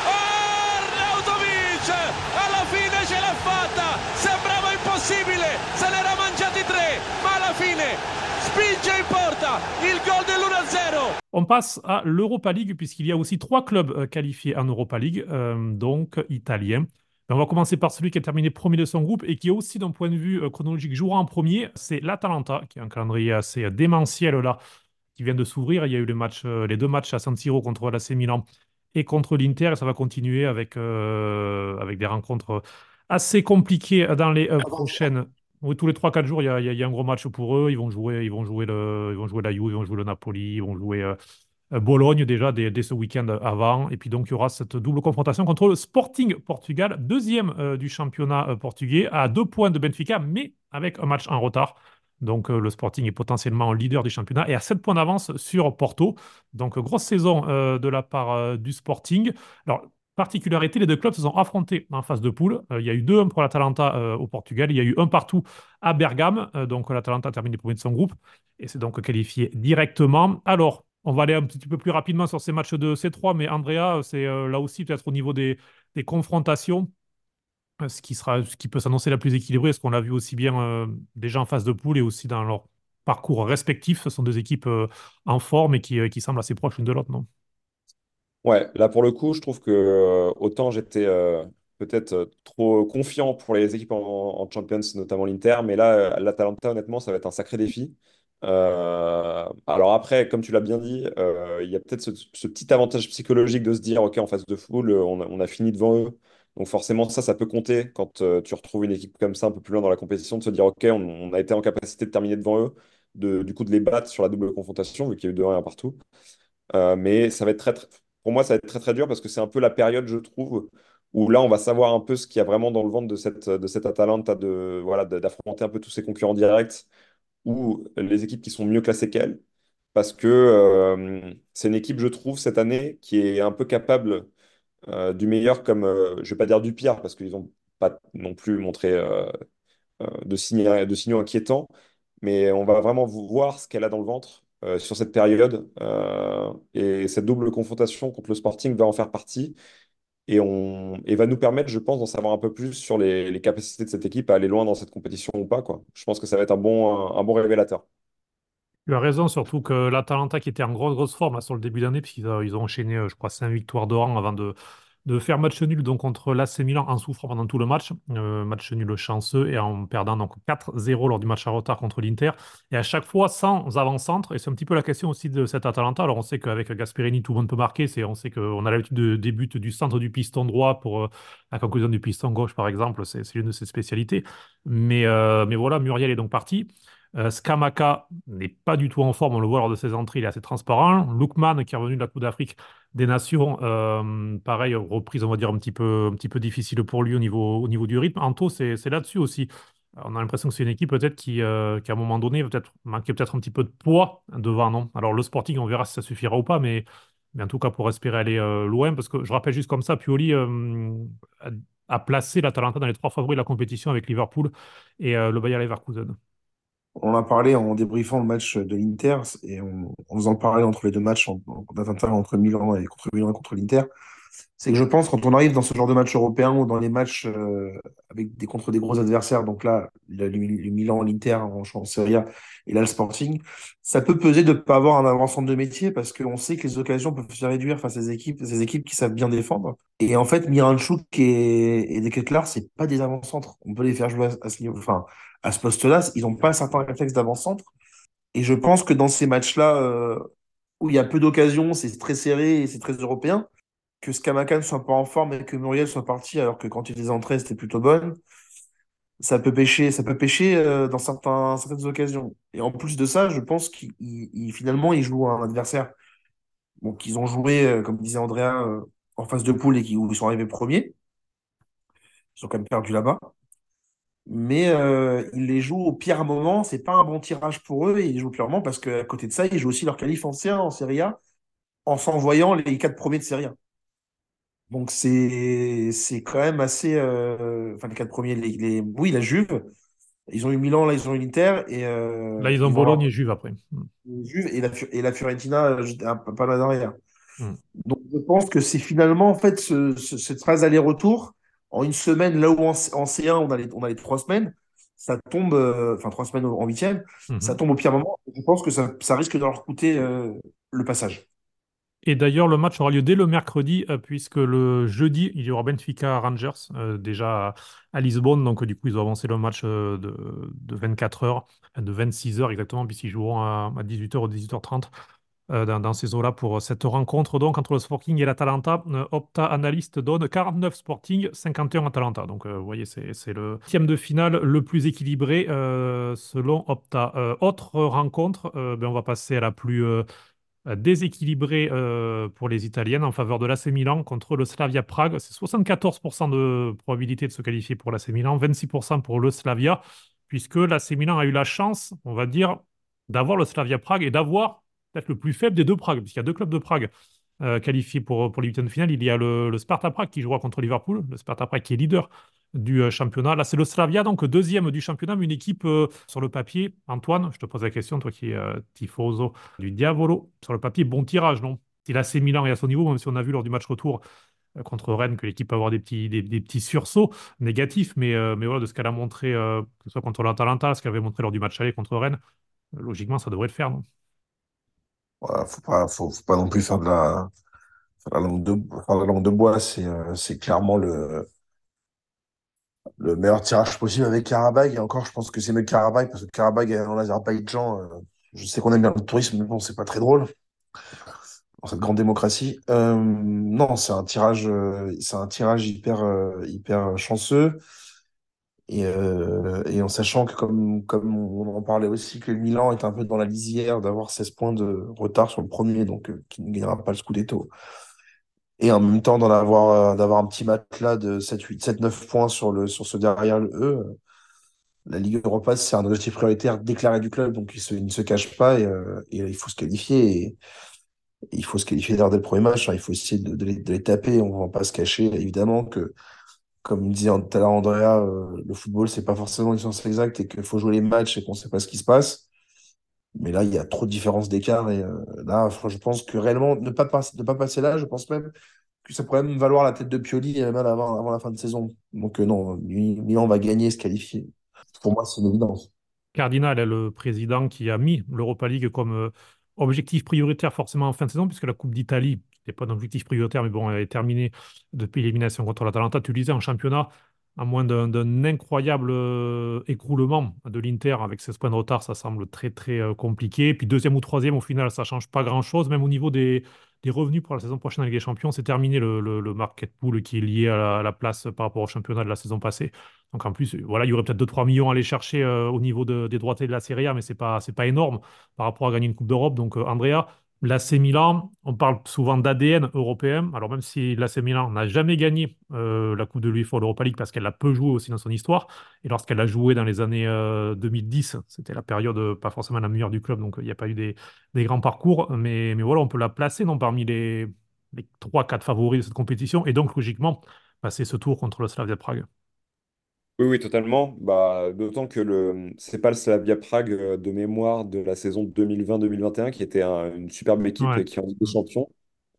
Arnautovic alla fine ce l'ha fatta. Sembrava impossibile, se n'era mangiati 3, ma alla fine spinge in porta il gol dell'1-0. On passe à l'Europa League, puisqu'il y a aussi 3 clubs qualifiés en Europa League, donc italiens. On va commencer par celui qui a terminé premier de son groupe et qui aussi, d'un point de vue chronologique, jouera en premier. C'est l'Atalanta, qui a un calendrier assez démentiel là, qui vient de s'ouvrir. Il y a eu les 2 matchs à San Siro contre l'AC Milan et contre l'Inter. Et ça va continuer avec des rencontres assez compliquées dans les prochaines. Oui, tous les 3 4 jours, il y a un gros match pour eux. Ils vont jouer la Juve, ils vont jouer le Napoli, ils vont jouer Bologne déjà dès ce week-end avant. Et puis donc, il y aura cette double confrontation contre le Sporting Portugal, deuxième du championnat portugais, à 2 points de Benfica, mais avec un match en retard. Donc, le Sporting est potentiellement leader du championnat et à 7 points d'avance sur Porto. Donc, grosse saison de la part du Sporting. Alors, particularité, les 2 clubs se sont affrontés en phase de poule. Il y a eu 2-1 pour l'Atalanta au Portugal. Il y a eu un partout à Bergame. Donc, l'Atalanta a terminé premier de son groupe et c'est donc qualifié directement. Alors, on va aller un petit peu plus rapidement sur ces matchs de C3, mais Andrea, c'est là aussi peut-être au niveau des confrontations ce qui peut s'annoncer la plus équilibrée, ce qu'on l'a vu aussi bien déjà en phase de poule et aussi dans leur parcours respectif. Ce sont 2 équipes en forme et qui semblent assez proches l'une de l'autre, non? Ouais, là pour le coup, je trouve que autant j'étais peut-être trop confiant pour les équipes en Champions, notamment l'Inter, mais là, l'Atalanta, honnêtement, ça va être un sacré défi. Alors après, comme tu l'as bien dit, il y a peut-être ce petit avantage psychologique de se dire, OK, en phase de foule, on a fini devant eux. Donc forcément, ça peut compter quand tu retrouves une équipe comme ça un peu plus loin dans la compétition, de se dire, OK, on a été en capacité de terminer devant eux, du coup de les battre sur la double confrontation, vu qu'il y a eu 2-1 partout. Mais ça va être pour moi, ça va être très dur parce que c'est un peu la période, je trouve, où là, on va savoir un peu ce qu'il y a vraiment dans le ventre de cette Atalanta, voilà, d'affronter un peu tous ses concurrents directs ou les équipes qui sont mieux classées qu'elle. Parce que c'est une équipe, je trouve, cette année, qui est un peu capable du meilleur comme, je vais pas dire du pire, parce qu'ils n'ont pas non plus montré de signaux inquiétants, mais on va vraiment voir ce qu'elle a dans le ventre sur cette période. Et cette double confrontation contre le Sporting va en faire partie et va nous permettre, je pense, d'en savoir un peu plus sur les capacités de cette équipe à aller loin dans cette compétition ou pas, quoi. Je pense que ça va être un bon révélateur. Tu as raison, surtout que l'Atalanta qui était en grosse forme là, sur le début d'année, puisqu'ils ont enchaîné, je crois, 5 victoires de rang avant de faire match nul donc, contre l'AC Milan en souffrant pendant tout le match. Match nul chanceux et en perdant donc 4-0 lors du match à retard contre l'Inter. Et à chaque fois sans avant-centre. Et c'est un petit peu la question aussi de cette Atalanta. Alors on sait qu'avec Gasperini, tout le monde peut marquer. On sait qu'on a l'habitude des buts du centre du piston droit pour la conclusion du piston gauche, par exemple. C'est l'une de ses spécialités. Mais voilà, Muriel est donc parti. Scamacca n'est pas du tout en forme, on le voit lors de ses entrées, il est assez transparent. Lookman, qui est revenu de la Coupe d'Afrique des Nations, pareil, reprise, on va dire, un petit peu difficile pour lui au niveau du rythme. Anto, c'est là-dessus aussi. On a l'impression que c'est une équipe peut-être qui, à un moment donné, peut-être manquait peut-être un petit peu de poids devant, non? Alors le Sporting, on verra si ça suffira ou pas, mais en tout cas pour espérer aller loin, parce que je rappelle juste comme ça, Pioli a placé l'Atalanta dans les 3 favoris de la compétition avec Liverpool et le Bayer Leverkusen. On en a parlé en débriefant le match de l'Inter et en faisant le parallèle entre les 2 matchs d'Atalanta entre Milan et contre l'Inter. C'est que je pense, quand on arrive dans ce genre de match européen ou dans les matchs contre des gros adversaires, donc là, le Milan, l'Inter en Serie A et là le Sporting, ça peut peser de ne pas avoir un avant-centre de métier parce qu'on sait que les occasions peuvent se réduire face à ces équipes qui savent bien défendre. Et en fait, Miranchuk et Deketlar, c'est pas des avant-centres. On peut les faire jouer à ce niveau, enfin, à ce poste-là, ils n'ont pas certains réflexes d'avant-centre. Et je pense que dans ces matchs-là, où il y a peu d'occasions, c'est très serré et c'est très européen, que Scamacan soit pas en forme et que Muriel soit parti alors que quand il les entrait, c'était plutôt bonne, ça peut pêcher dans certaines occasions. Et en plus de ça, je pense finalement, ils jouent à un adversaire bon, qu'ils ont joué, comme disait Andrea, en phase de poule où ils sont arrivés premiers. Ils ont quand même perdu là-bas. Mais ils les jouent au pire moment. C'est pas un bon tirage pour eux. Et ils les jouent purement parce qu'à côté de ça, ils jouent aussi leur qualif en C1, en Serie A, en s'envoyant les 4 premiers de Serie A. Donc c'est quand même assez. Enfin, les 4 premiers, oui, la Juve. Ils ont eu Milan, là, ils ont eu l'Inter. Et Là, ils ont ils vont Bologne avoir et Juve après. la Juve et la Fiorentina pas loin derrière. Mm. Donc je pense que c'est finalement, en fait, cette phase aller-retour, en une semaine, là où en C1, on a les 3 semaines, ça tombe. Enfin, 3 semaines en huitième, ça Mhm. tombe au pire moment. Je pense que ça risque de leur coûter le passage. Et d'ailleurs, le match aura lieu dès le mercredi, puisque le jeudi, il y aura Benfica Rangers, déjà à Lisbonne. Donc, du coup, ils ont avancé le match de 24 heures, enfin, de 26 heures exactement, puisqu'ils joueront à 18 heures ou 18h30 dans ces eaux-là pour cette rencontre donc entre le Sporting et l'Atalanta. Opta Analyst donne 49 Sporting, 51 Atalanta. Donc, vous voyez, c'est le tième de finale le plus équilibré selon Opta. Autre rencontre, ben, on va passer à la plus déséquilibré pour les Italiennes en faveur de l'AC Milan contre le Slavia Prague. C'est 74% de probabilité de se qualifier pour l'AC Milan, 26% pour le Slavia, puisque l'AC Milan a eu la chance, on va dire, d'avoir le Slavia Prague et d'avoir peut-être le plus faible des deux Prague, puisqu'il y a deux clubs de Prague qualifiés pour les huitièmes de finale. Il y a le Sparta Prague qui jouera contre Liverpool, le Sparta Prague qui est leader du championnat. Là, c'est le Slavia, donc deuxième du championnat, mais une équipe sur le papier. Antoine, je te pose la question, toi qui es tifoso du Diavolo. Sur le papier, bon tirage, non? Si l'AC Milan est à son niveau, même si on a vu lors du match retour contre Rennes que l'équipe peut avoir des petits sursauts négatifs, mais voilà, de ce qu'elle a montré, que ce soit contre l'Atalanta, ce qu'elle avait montré lors du match aller contre Rennes, logiquement, ça devrait le faire, non? Voilà, faut pas non plus faire la langue de bois. C'est clairement le meilleur tirage possible avec Karabakh. Et encore, je pense que c'est mieux que Karabakh parce que Karabakh est en Azerbaïdjan. Je sais qu'on aime bien le tourisme, mais bon, c'est pas très drôle dans cette grande démocratie. Non, c'est un tirage hyper chanceux. Et en sachant que, comme on en parlait aussi, que le Milan est un peu dans la lisière d'avoir 16 points de retard sur le premier, donc qui ne gagnera pas le Scudetto. Et en même temps, d'avoir un petit matelas de 7 9 points sur ce derrière eux. La Ligue Europa, c'est un objectif prioritaire déclaré du club, donc il ne se cache pas et il faut se qualifier. Et il faut se qualifier dès le premier match, hein. Il faut essayer de les taper. On ne va pas se cacher, évidemment, que, comme disait tout à l'heure Andrea, le football, c'est pas forcément une science exacte et qu'il faut jouer les matchs et qu'on ne sait pas ce qui se passe. Mais là, il y a trop de différences d'écart. Et là, je pense que réellement, ne pas passer là, je pense même que ça pourrait même valoir la tête de Pioli même avant la fin de saison. Donc, non, Milan va gagner et se qualifier. Pour moi, c'est une évidence. Cardinal est le président qui a mis l'Europa League comme objectif prioritaire forcément en fin de saison, puisque la Coupe d'Italie n'est pas un objectif prioritaire, mais bon, elle est terminée depuis l'élimination contre l'Atalanta. Tu le disais, en championnat, à moins d'un incroyable écroulement de l'Inter avec 16 points de retard, ça semble très très compliqué. Puis deuxième ou troisième, au final, ça change pas grand-chose, même au niveau des revenus pour la saison prochaine avec les champions. C'est terminé le market pool qui est lié à la place par rapport au championnat de la saison passée. Donc en plus, voilà, il y aurait peut-être 2 3 millions à aller chercher au niveau des droits de la Serie A, mais c'est pas énorme par rapport à gagner une Coupe d'Europe. Donc Andrea, l'AC Milan, on parle souvent d'ADN européen. Alors même si l'AC Milan n'a jamais gagné la Coupe de l'UEFA ou l'Europa League parce qu'elle a peu joué aussi dans son histoire, et lorsqu'elle a joué dans les années 2010, c'était la période pas forcément la meilleure du club, donc il n'y a pas eu des grands parcours. Mais voilà, on peut la placer non, parmi les 3 4 favoris de cette compétition, et donc logiquement passer ce tour contre le Slavia Prague. Oui, oui, totalement. Bah, d'autant que c'est pas le Slavia Prague de mémoire de la saison 2020-2021 qui était une superbe équipe Ouais. et qui est en Ligue des Champions.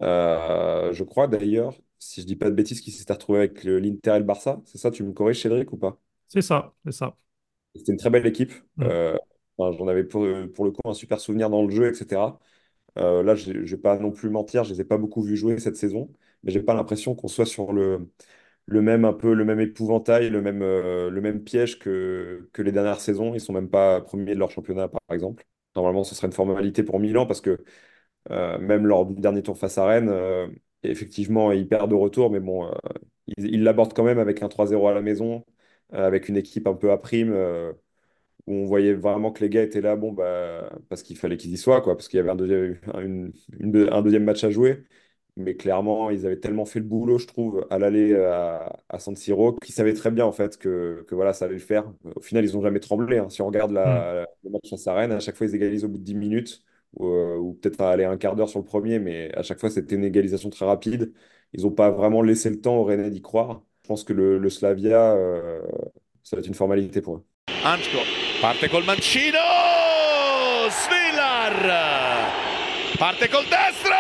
Je crois d'ailleurs, si je dis pas de bêtises, qu'il s'était retrouvé avec l'Inter et le Barça. C'est ça, tu me corriges, Cédric, ou pas? C'est ça, c'est ça. C'était une très belle équipe. Mm. Enfin, j'en avais pour le coup un super souvenir dans le jeu, etc. Là, je ne vais pas non plus mentir, je ne les ai pas beaucoup vus jouer cette saison, mais j'ai pas l'impression qu'on soit sur le même un peu le même épouvantail, le même piège que les dernières saisons. Ils sont même pas premiers de leur championnat, par exemple. Normalement, ce serait une formalité pour Milan parce que même lors du dernier tour face à Rennes, effectivement, ils perdent de retour, mais bon, ils l'abordent quand même avec un 3-0 à la maison, avec une équipe un peu à prime, où on voyait vraiment que les gars étaient là, bon, bah, parce qu'il fallait qu'ils y soient, quoi, parce qu'il y avait un deuxième match à jouer. Mais clairement, ils avaient tellement fait le boulot, je trouve, à l'aller à San Siro, qu'ils savaient très bien, en fait, que voilà, ça allait le faire. Au final, ils n'ont jamais tremblé, hein. Si on regarde Mm. le match face à Rennes, à chaque fois, ils égalisent au bout de 10 minutes, ou peut-être aller un quart d'heure sur le premier, mais à chaque fois, c'était une égalisation très rapide. Ils n'ont pas vraiment laissé le temps aux Rennais d'y croire. Je pense que le Slavia, ça va être une formalité pour eux. Ansko parte col mancino, Svilar parte col destro,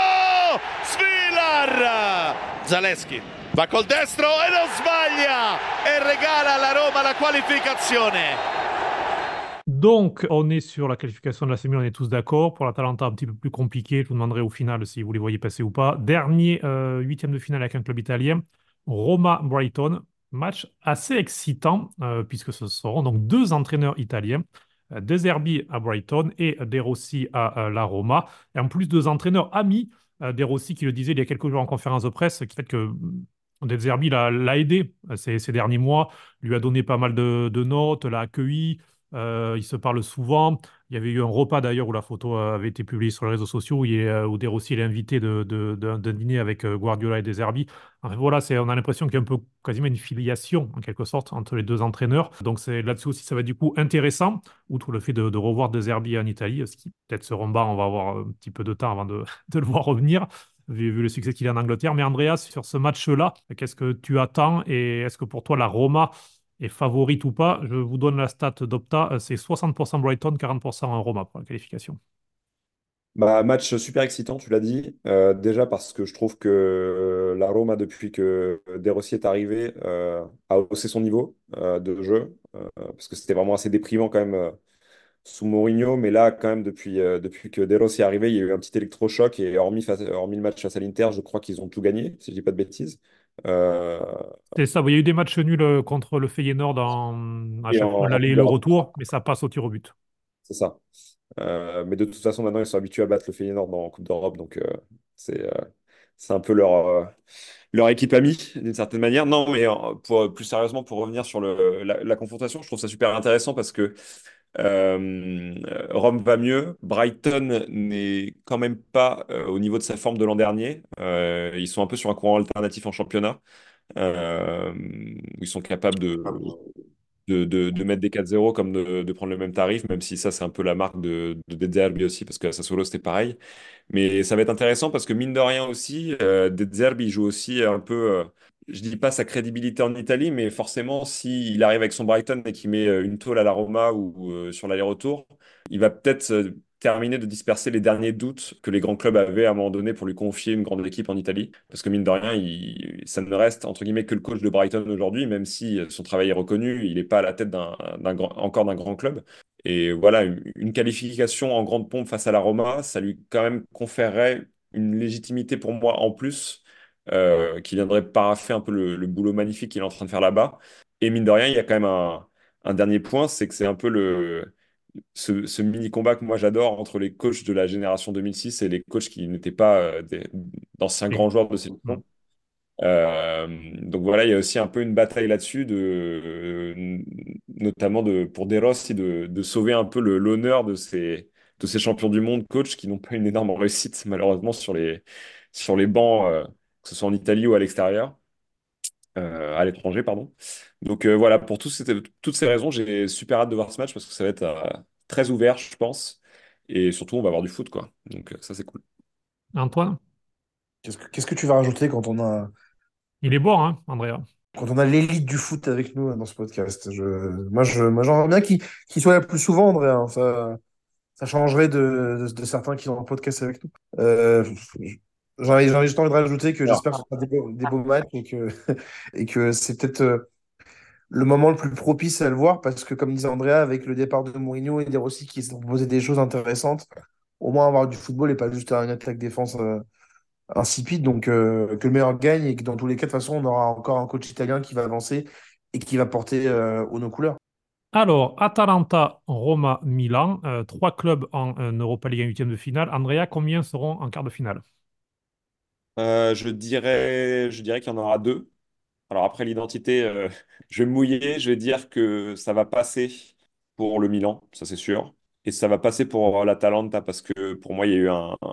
Svilar, Zaleschi va col destro e non sbaglia e regala alla Roma la qualificazione. Donc, on est sur la qualification de la semi, on est tous d'accord. Pour l'Atalanta, un petit peu plus compliqué. Je vous demanderai au final si vous les voyez passer ou pas. Dernier huitième de finale avec un club italien, Roma-Brighton. Match assez excitant, puisque ce seront donc deux entraîneurs italiens, De Zerbi à Brighton et De Rossi à la Roma. Et en plus, deux entraîneurs amis, De Rossi qui le disait il y a quelques jours en conférence de presse, qui fait que De Zerbi l'a aidé ces derniers mois, lui a donné pas mal de notes, l'a accueilli. Ils se parlent souvent. Il y avait eu un repas d'ailleurs où la photo avait été publiée sur les réseaux sociaux où De Rossi est invité d'un dîner avec Guardiola et De Zerbi. Enfin, voilà, on a l'impression qu'il y a un peu quasiment une filiation en quelque sorte entre les deux entraîneurs. Donc c'est là-dessus aussi ça va être du coup intéressant, outre le fait de revoir De Zerbi en Italie, ce qui peut-être se rembat, on va avoir un petit peu de temps avant de le voir revenir. Vu le succès qu'il a en Angleterre. Mais Andreas, sur ce match-là, qu'est-ce que tu attends et est-ce que pour toi la Roma et favorite ou pas, je vous donne la stat d'Opta, c'est 60% Brighton, 40% Roma pour la qualification. Bah, match super excitant, tu l'as dit. Déjà parce que je trouve que la Roma, depuis que De Rossi est arrivé, a haussé son niveau de jeu. Parce que c'était vraiment assez déprimant quand même sous Mourinho. Mais là, quand même, depuis que De Rossi est arrivé, il y a eu un petit électrochoc. Et hormis le match face à l'Inter, je crois qu'ils ont tout gagné, si je dis pas de bêtises. Euh, C'est ça, il y a eu des matchs nuls contre le Feyenoord à et chaque fois en l'aller Coupe et le d'Europe, retour, mais ça passe au tir au but. c'est ça. Mais de toute façon, maintenant, ils sont habitués à battre le Feyenoord en Coupe d'Europe. Donc, c'est euh, c'est un peu leur équipe amie, d'une certaine manière. Non, mais plus sérieusement, pour revenir sur la confrontation, je trouve ça super intéressant parce que Rome va mieux. Brighton n'est quand même pas au niveau de sa forme de l'an dernier. Ils sont un peu sur un courant alternatif en championnat. Où ils sont capables de mettre des 4-0 comme de prendre le même tarif, même si ça, c'est un peu la marque de Zerbi aussi, parce que à Sassuolo, c'était pareil. Mais ça va être intéressant parce que mine de rien aussi, De Zerbi joue aussi un peu, je dis pas sa crédibilité en Italie, mais forcément, s'il arrive avec son Brighton et qu'il met une tôle à la Roma ou sur l'aller-retour, il va peut-être terminer de disperser les derniers doutes que les grands clubs avaient à un moment donné pour lui confier une grande équipe en Italie. Parce que mine de rien, ça ne reste entre guillemets que le coach de Brighton aujourd'hui, même si son travail est reconnu, il n'est pas à la tête encore d'un grand club. Et voilà, une qualification en grande pompe face à la Roma, ça lui quand même conférerait une légitimité pour moi en plus, qui viendrait paraffer un peu le boulot magnifique qu'il est en train de faire là-bas. Et mine de rien, il y a quand même un dernier point, c'est que c'est un peu ce mini combat que moi j'adore entre les coachs de la génération 2006 et les coachs qui n'étaient pas d'anciens Oui. grands joueurs de Mm. sélection. Donc voilà, il y a aussi un peu une bataille là-dessus, notamment pour De Rossi, de sauver un peu l'honneur de ces champions du monde coach qui n'ont pas une énorme réussite malheureusement sur les bancs, que ce soit en Italie ou à l'extérieur, à l'étranger, pardon. Donc voilà, pour toutes ces raisons, j'ai super hâte de voir ce match parce que ça va être très ouvert, je pense. Et surtout, on va avoir du foot, quoi. Donc ça, c'est cool. Antoine, Qu'est-ce que tu vas rajouter il est bon, hein, Andrea? quand on a l'élite du foot avec nous dans ce podcast? Moi, j'aimerais bien qu'il soit là plus souvent, André, hein. Ça changerait de certains qui sont en podcast avec nous. J'en ai juste envie de rajouter que Alors, j'espère que ce sera des beaux matchs et que c'est peut-être le moment le plus propice à le voir parce que, comme disait Andrea, avec le départ de Mourinho et des Rossi qui se proposé des choses intéressantes, au moins avoir du football et pas juste une attaque-défense insipide. Donc, que le meilleur gagne et que dans tous les cas, de toute façon, on aura encore un coach italien qui va avancer et qui va porter aux nos couleurs. Alors, Atalanta, Roma, Milan, trois clubs en Europa League en huitième de finale. Andrea, combien seront en quart de finale? je dirais qu'il y en aura deux. Alors après l'identité, je vais me mouiller, je vais dire que ça va passer pour le Milan, ça c'est sûr. Et ça va passer pour l'Atalanta parce que pour moi, il y a eu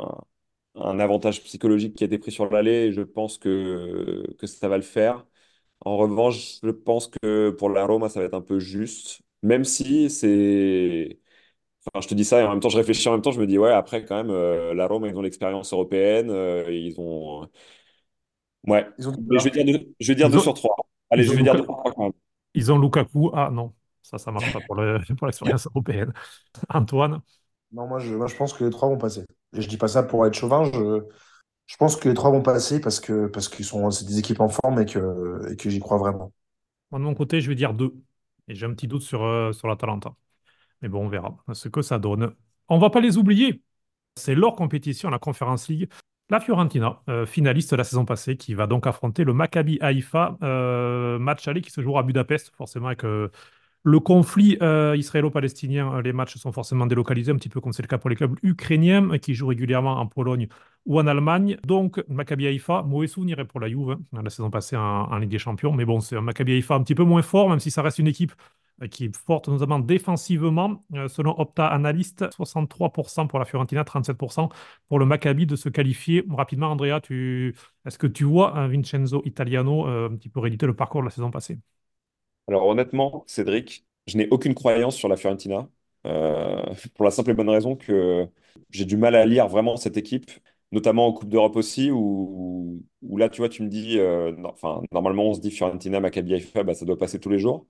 un avantage psychologique qui a été pris sur l'aller et je pense que ça va le faire. En revanche, je pense que pour la Roma, ça va être un peu juste, même si c'est... Enfin, je te dis ça et en même temps, je réfléchis en même temps, je me dis, ouais, après quand même, la Roma, ils ont l'expérience européenne, ils ont... Ouais, Ils ont mais je vais dire Ils 2 ont, sur 3. Allez, ils je ont vais dire Luka- 2 sur 3 quand même. ils ont Lukaku. Ah non, ça marche pas pour pour l'expérience européenne. Antoine, Non, moi, je pense que les trois vont passer. Et je dis pas ça pour être chauvin. Je pense que les trois vont passer parce qu'ils sont, c'est des équipes en forme et que j'y crois vraiment. moi de mon côté, je vais dire deux. Et j'ai un petit doute sur l'Atalanta. Mais bon, on verra ce que ça donne. On va pas les oublier. C'est leur compétition, la Conference League. La Fiorentina, finaliste la saison passée, qui va donc affronter le Maccabi Haïfa, match aller qui se jouera à Budapest, forcément avec le conflit israélo-palestinien. Les matchs sont forcément délocalisés, un petit peu comme c'est le cas pour les clubs ukrainiens qui jouent régulièrement en Pologne ou en Allemagne. Donc, Maccabi Haïfa, mauvais souvenir pour la Juve, la saison passée en Ligue des Champions. Mais bon, c'est un Maccabi Haïfa un petit peu moins fort, même si ça reste une équipe qui est forte, notamment défensivement. Selon Opta Analyst, 63% pour la Fiorentina, 37% pour le Maccabi de se qualifier. Rapidement, Andrea, est-ce que tu vois un Vincenzo Italiano un petit peu rééditer le parcours de la saison passée? Alors honnêtement, Cédric, je n'ai aucune croyance sur la Fiorentina, pour la simple et bonne raison que j'ai du mal à lire vraiment cette équipe, notamment en Coupe d'Europe aussi, où là, tu vois, tu me dis, enfin, normalement, on se dit Fiorentina, Maccabi Haïfa, bah, ça doit passer tous les jours,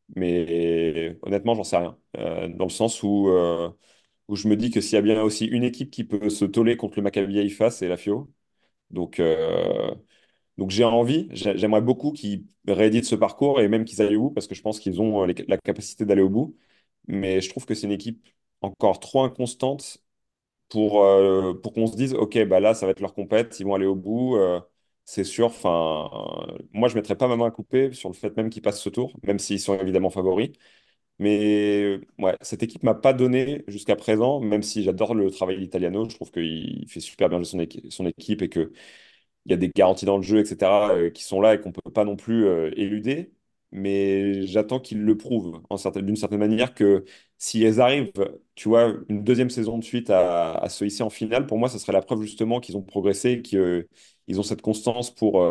mais honnêtement, j'en sais rien, dans le sens où je me dis que s'il y a bien aussi une équipe qui peut se toller contre le Maccabi Haïfa, c'est la Fio. Donc, j'ai envie, j'aimerais beaucoup qu'ils rééditent ce parcours et même qu'ils aillent au bout parce que je pense qu'ils ont la capacité d'aller au bout. Mais je trouve que c'est une équipe encore trop inconstante pour qu'on se dise, OK, bah là, ça va être leur compète, ils vont aller au bout, c'est sûr. Enfin, moi, je ne mettrais pas ma main à couper sur le fait même qu'ils passent ce tour, même s'ils sont évidemment favoris. Mais ouais, cette équipe m'a pas donné jusqu'à présent, même si j'adore le travail d'Italiano, je trouve qu'il fait super bien jouer son équipe et que il y a des garanties dans le jeu, etc., qui sont là et qu'on ne peut pas non plus éluder. Mais j'attends qu'ils le prouvent d'une certaine manière que si elles arrivent, tu vois, une deuxième saison de suite à se hisser en finale, pour moi, ça serait la preuve justement qu'ils ont progressé et qu'ils ont cette constance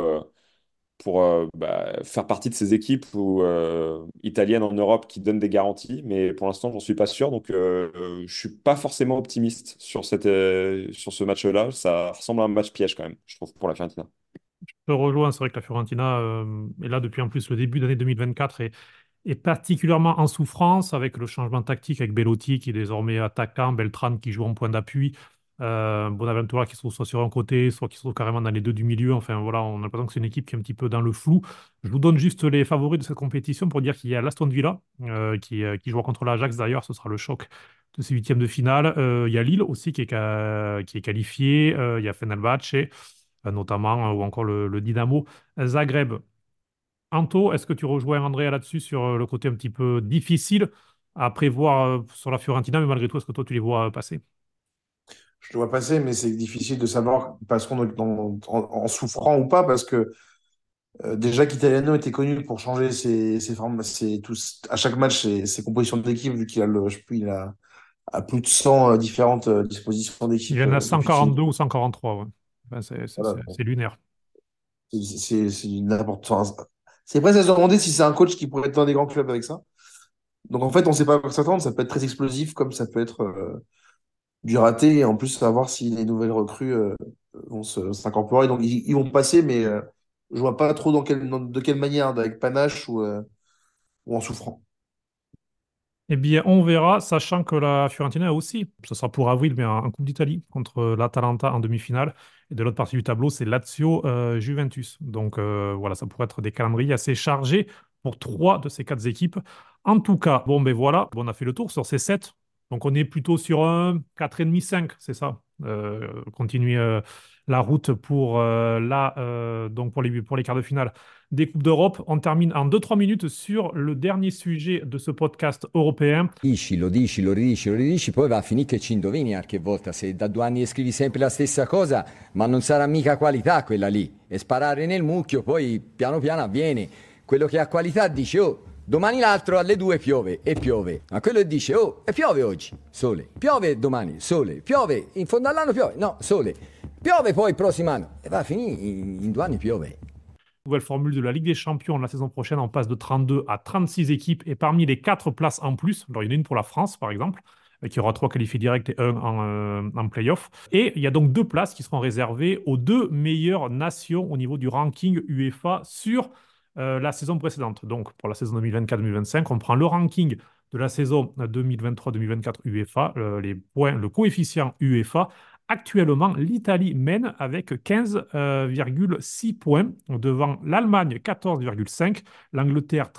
pour faire partie de ces équipes italiennes en Europe qui donnent des garanties. Mais pour l'instant, j'en suis pas sûr. Donc, je suis pas forcément optimiste sur ce match-là. Ça ressemble à un match piège quand même, je trouve, pour la Fiorentina. Je rejoins, c'est vrai que la Fiorentina est là depuis en plus le début d'année 2024 et particulièrement en souffrance avec le changement tactique avec Belotti qui est désormais attaquant, Beltrán qui joue en point d'appui, Bonaventura qui se trouve soit sur un côté, soit qui se trouve carrément dans les deux du milieu. Enfin voilà, on a l'impression que c'est une équipe qui est un petit peu dans le flou. Je vous donne juste les favoris de cette compétition pour dire qu'il y a l'Aston Villa qui jouera contre l'Ajax d'ailleurs, ce sera le choc de ces huitièmes de finale. Il y a Lille aussi qui est qualifié, il y a Fenerbahçe notamment, ou encore le Dynamo Zagreb. Anto, est-ce que tu rejoins Andrea là-dessus sur le côté un petit peu difficile à prévoir sur la Fiorentina, mais malgré tout, est-ce que toi tu les vois passer? Je le vois passer, mais c'est difficile de savoir qu'ils passeront en souffrant ou pas parce que déjà qu'Italiano était connu pour changer ses formes, à chaque match ses compositions d'équipe, vu qu'il a, je sais plus, il a plus de 100 différentes dispositions Il y d'équipe en a depuis qu'il. 142 ou 143, ouais. Enfin, Voilà. c'est lunaire. C'est n'importe quoi. C'est presque à se demander si c'est un coach qui pourrait être dans des grands clubs avec ça. Donc en fait, on ne sait pas à quoi s'attendre. Ça peut être très explosif, comme ça peut être du raté. Et en plus, savoir si les nouvelles recrues vont s'incorporer. Donc ils vont passer, mais je vois pas trop de quelle manière, avec panache ou en souffrant. Eh bien, on verra, sachant que la Fiorentina aussi, ce sera pour avril, mais en Coupe d'Italie, contre l'Atalanta en demi-finale. Et de l'autre partie du tableau, c'est Lazio-Juventus. Donc voilà, ça pourrait être des calendriers assez chargés pour trois de ces quatre équipes. En tout cas, bon, ben voilà, on a fait le tour sur ces sept. Donc on est plutôt sur un 4,5, c'est ça. Continuer la route pour, donc pour les quarts de finale des Coupes d'Europe. On termine en 2-3 minutes sur le dernier sujet de ce podcast européen. Dici, lo ridici, lo ridici, poi va a finire che ci indovini qualche volta. Se da 2 anni scrivi sempre la stessa cosa, ma non sarà mica qualità quella lì. E sparare nel mucchio poi piano piano avviene. Quello che ha qualità dice, oh, domani l'altro alle 2 piove, e piove. Ma quello che dice, oh, e piove oggi, sole. Piove domani, sole. Piove, in fondo all'anno piove, no, sole. Piove poi il prossimo anno. E va a finire, in 2 anni piove. Nouvelle formule de la Ligue des Champions la saison prochaine, on passe de 32 à 36 équipes et parmi les 4 places en plus, alors il y en a une pour la France par exemple, qui aura 3 qualifiés directs et un en play-off. Et il y a donc 2 places qui seront réservées aux 2 meilleures nations au niveau du ranking UEFA sur la saison précédente. Donc pour la saison 2024-2025, on prend le ranking de la saison 2023-2024 UEFA, les points, le coefficient UEFA. Actuellement, l'Italie mène avec 15,6 points devant l'Allemagne 14,5, l'Angleterre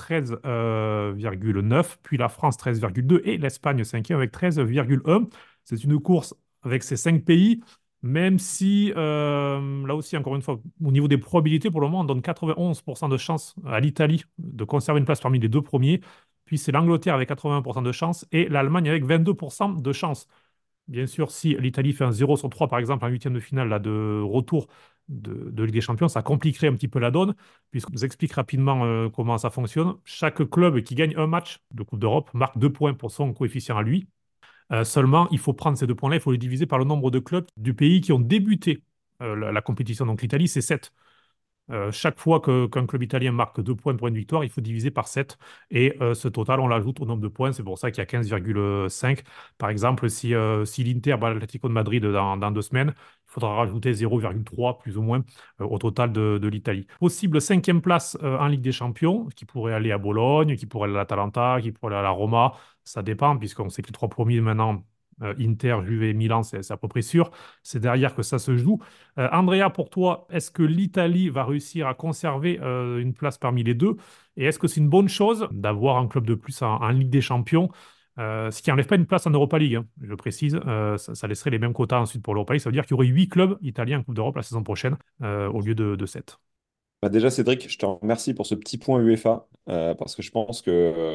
13,9, puis la France 13,2 et l'Espagne 5e avec 13,1. C'est une course avec ces 5 pays, même si, là aussi, encore une fois, au niveau des probabilités, pour le moment, on donne 91% de chance à l'Italie de conserver une place parmi les 2 premiers, puis c'est l'Angleterre avec 81% de chance et l'Allemagne avec 22% de chance. Bien sûr, si l'Italie fait un 0 sur 3, par exemple, en huitième de finale là, de retour de Ligue des Champions, ça compliquerait un petit peu la donne, puisque je vous explique rapidement comment ça fonctionne. Chaque club qui gagne un match de Coupe d'Europe marque 2 points pour son coefficient à lui. Seulement, il faut prendre ces 2 points-là, il faut les diviser par le nombre de clubs du pays qui ont débuté la compétition. Donc l'Italie, c'est 7. Chaque fois qu'un club italien marque 2 points pour une victoire, il faut diviser par 7. Et ce total, on l'ajoute au nombre de points. C'est pour ça qu'il y a 15,5. Par exemple, si l'Inter bat l'Atlético de Madrid dans 2 semaines, il faudra rajouter 0,3 plus ou moins au total de l'Italie. Possible cinquième place en Ligue des Champions, qui pourrait aller à Bologne, qui pourrait aller à l'Atalanta, qui pourrait aller à la Roma. Ça dépend, puisqu'on sait que les 3 premiers maintenant, Inter, Juve et Milan, c'est à peu près sûr. C'est derrière que ça se joue. Andrea, pour toi, est-ce que l'Italie va réussir à conserver une place parmi les deux? Et est-ce que c'est une bonne chose d'avoir un club de plus en Ligue des Champions? Ce qui n'enlève pas une place en Europa League, hein, je précise. Ça laisserait les mêmes quotas ensuite pour l'Europa League. Ça veut dire qu'il y aurait 8 clubs italiens en Coupe d'Europe la saison prochaine au lieu de 7. Bah déjà, Cédric, je te remercie pour ce petit point UEFA, parce que je pense que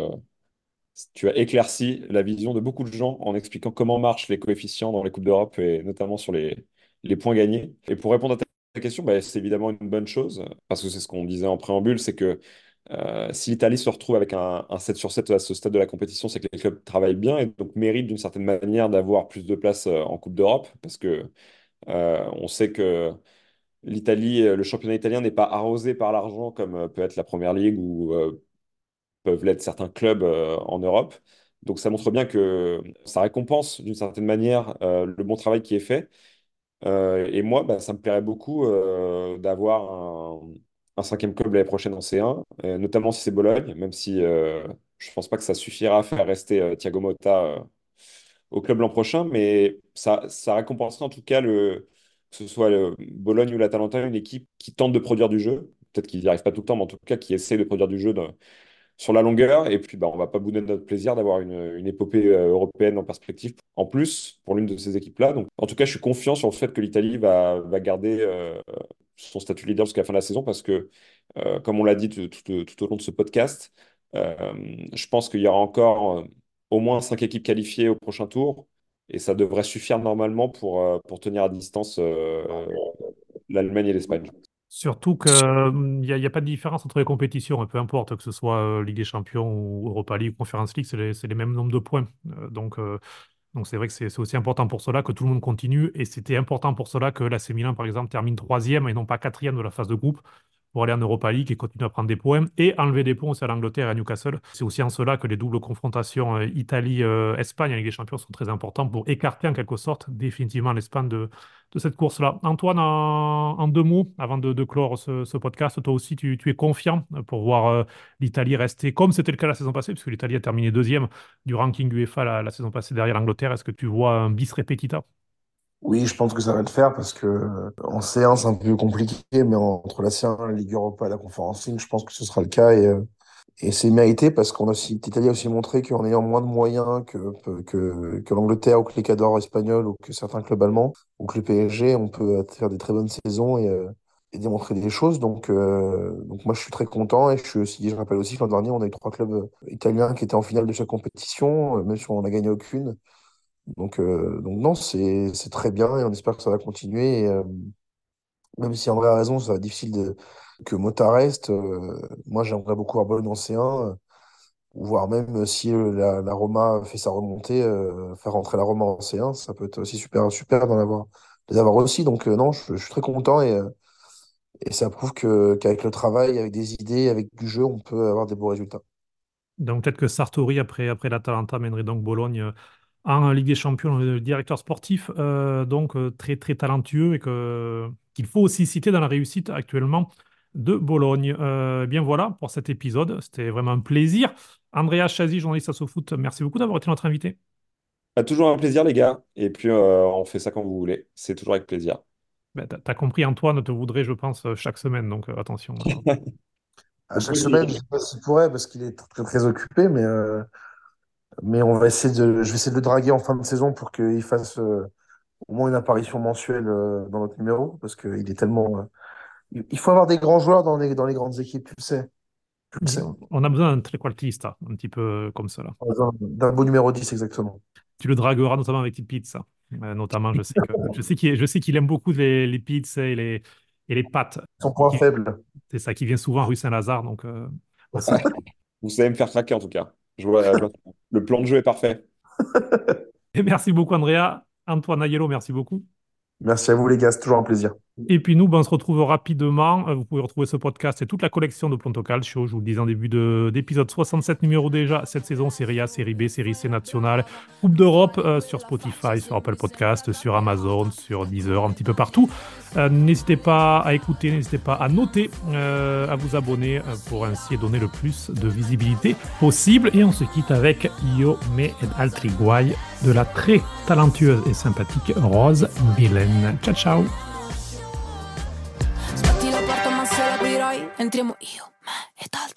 tu as éclairci la vision de beaucoup de gens en expliquant comment marchent les coefficients dans les Coupes d'Europe et notamment sur les points gagnés. Et pour répondre à ta question, bah, c'est évidemment une bonne chose, parce que c'est ce qu'on disait en préambule, c'est que si l'Italie se retrouve avec un 7 sur 7 à ce stade de la compétition, c'est que les clubs travaillent bien et donc méritent d'une certaine manière d'avoir plus de place en Coupe d'Europe, parce que on sait que l'Italie, le championnat italien n'est pas arrosé par l'argent comme peut être la Première Ligue ou peuvent l'être certains clubs en Europe. Donc ça montre bien que ça récompense d'une certaine manière le bon travail qui est fait. Et moi, bah, ça me plairait beaucoup d'avoir un cinquième club l'année prochaine en C1, notamment si c'est Bologne, même si je ne pense pas que ça suffira à faire rester Thiago Motta au club l'an prochain, mais ça récompenserait en tout cas que ce soit le Bologne ou l'Atalanta, une équipe qui tente de produire du jeu. Peut-être qu'ils n'y arrivent pas tout le temps, mais en tout cas qui essaie de produire du jeu sur la longueur. Et puis, bah, on va pas bouder de notre plaisir d'avoir une épopée européenne en perspective, en plus, pour l'une de ces équipes-là. Donc, en tout cas, je suis confiant sur le fait que l'Italie va garder son statut de leader jusqu'à la fin de la saison parce que, comme on l'a dit tout au long de ce podcast, je pense qu'il y aura encore au moins 5 équipes qualifiées au prochain tour. Et ça devrait suffire normalement pour tenir à distance l'Allemagne et l'Espagne. Surtout qu'il n'y a pas de différence entre les compétitions, peu importe que ce soit Ligue des Champions ou Europa League ou Conference League, c'est les mêmes nombres de points. Donc c'est vrai que c'est aussi important pour cela que tout le monde continue et c'était important pour cela que l'AC Milan, par exemple, termine troisième et non pas quatrième de la phase de groupe pour aller en Europa League et continuer à prendre des points et enlever des points aussi à l'Angleterre et à Newcastle. C'est aussi en cela que les doubles confrontations Italie-Espagne en Ligue des Champions sont très importantes pour écarter en quelque sorte définitivement l'Espagne de cette course-là. Antoine, en 2 mots, avant de clore ce podcast, toi aussi, tu es confiant pour voir l'Italie rester, comme c'était le cas la saison passée, puisque l'Italie a terminé 2e du ranking UEFA la saison passée derrière l'Angleterre. Est-ce que tu vois un bis repetita? Oui, je pense que ça va le faire parce que en C1, c'est un peu compliqué, mais entre la C1, la Ligue Europa et la Conference League, je pense que ce sera le cas et c'est mérité parce l'Italie a aussi montré qu'en ayant moins de moyens que l'Angleterre ou que les cadors espagnols ou que certains clubs allemands ou que le PSG, on peut faire des très bonnes saisons et démontrer des choses. Donc moi, je suis très content et je rappelle aussi que l'an dernier, on a eu 3 clubs italiens qui étaient en finale de chaque compétition, même si on n'a gagné aucune. Donc non, c'est très bien et on espère que ça va continuer. Même si en vrai a raison, ça va être difficile que Mota reste. Moi, j'aimerais beaucoup voir Bologne en C1, voire même si la Roma fait sa remontée, faire rentrer la Roma en C1, ça peut être aussi super, super les avoir aussi. Donc non, je suis très content et ça prouve qu'avec le travail, avec des idées, avec du jeu, on peut avoir des beaux résultats. Donc peut-être que Sartori, après l'Atalanta, mènerait donc Bologne en Ligue des Champions, le directeur sportif, donc très très talentueux et qu'il faut aussi citer dans la réussite actuellement de Bologne. Bien voilà pour cet épisode, c'était vraiment un plaisir. Andrea Chazzi, journaliste à SoFoot, merci beaucoup d'avoir été notre invité. Toujours un plaisir, les gars. Et puis, on fait ça quand vous voulez. C'est toujours avec plaisir. Ben, t'as compris, Antoine te voudrait, je pense, chaque semaine, donc attention. À chaque semaine, je sais pas s'il pourrait parce qu'il est très, très occupé, mais je vais essayer de le draguer en fin de saison pour qu'il fasse au moins une apparition mensuelle dans notre numéro parce qu'il est tellement. Il faut avoir des grands joueurs dans les grandes équipes, tu le sais. Tu le sais. On a besoin d'un trequartista, un petit peu comme cela. D'un beau numéro 10, exactement. Tu le dragueras notamment avec les pizzas. Notamment, je sais qu'il aime beaucoup les pizzas et les pâtes. Son point faible. C'est ça qui vient souvent rue Saint-Lazare. Donc, aussi. Vous savez me faire craquer en tout cas. Le plan de jeu est parfait. Et merci beaucoup, Andrea. Antoine Aiello, merci beaucoup. Merci à vous, les gars. C'est toujours un plaisir. Et puis nous, on se retrouve rapidement. Vous pouvez retrouver ce podcast et toute la collection de Pronto Calcio. Je vous le disais en début d'épisode 67 numéro déjà. Cette saison, Série A, Série B, Série C nationale, Coupe d'Europe sur Spotify, sur Apple Podcast, sur Amazon, sur Deezer, un petit peu partout. N'hésitez pas à écouter, n'hésitez pas à noter, à vous abonner pour ainsi donner le plus de visibilité possible. Et on se quitte avec Io me ed altri guai de la très talentueuse et sympathique Rose Villaine. Ciao, ciao. Sbatti la porta ma se l'aprirai, entriamo io, me ed altri.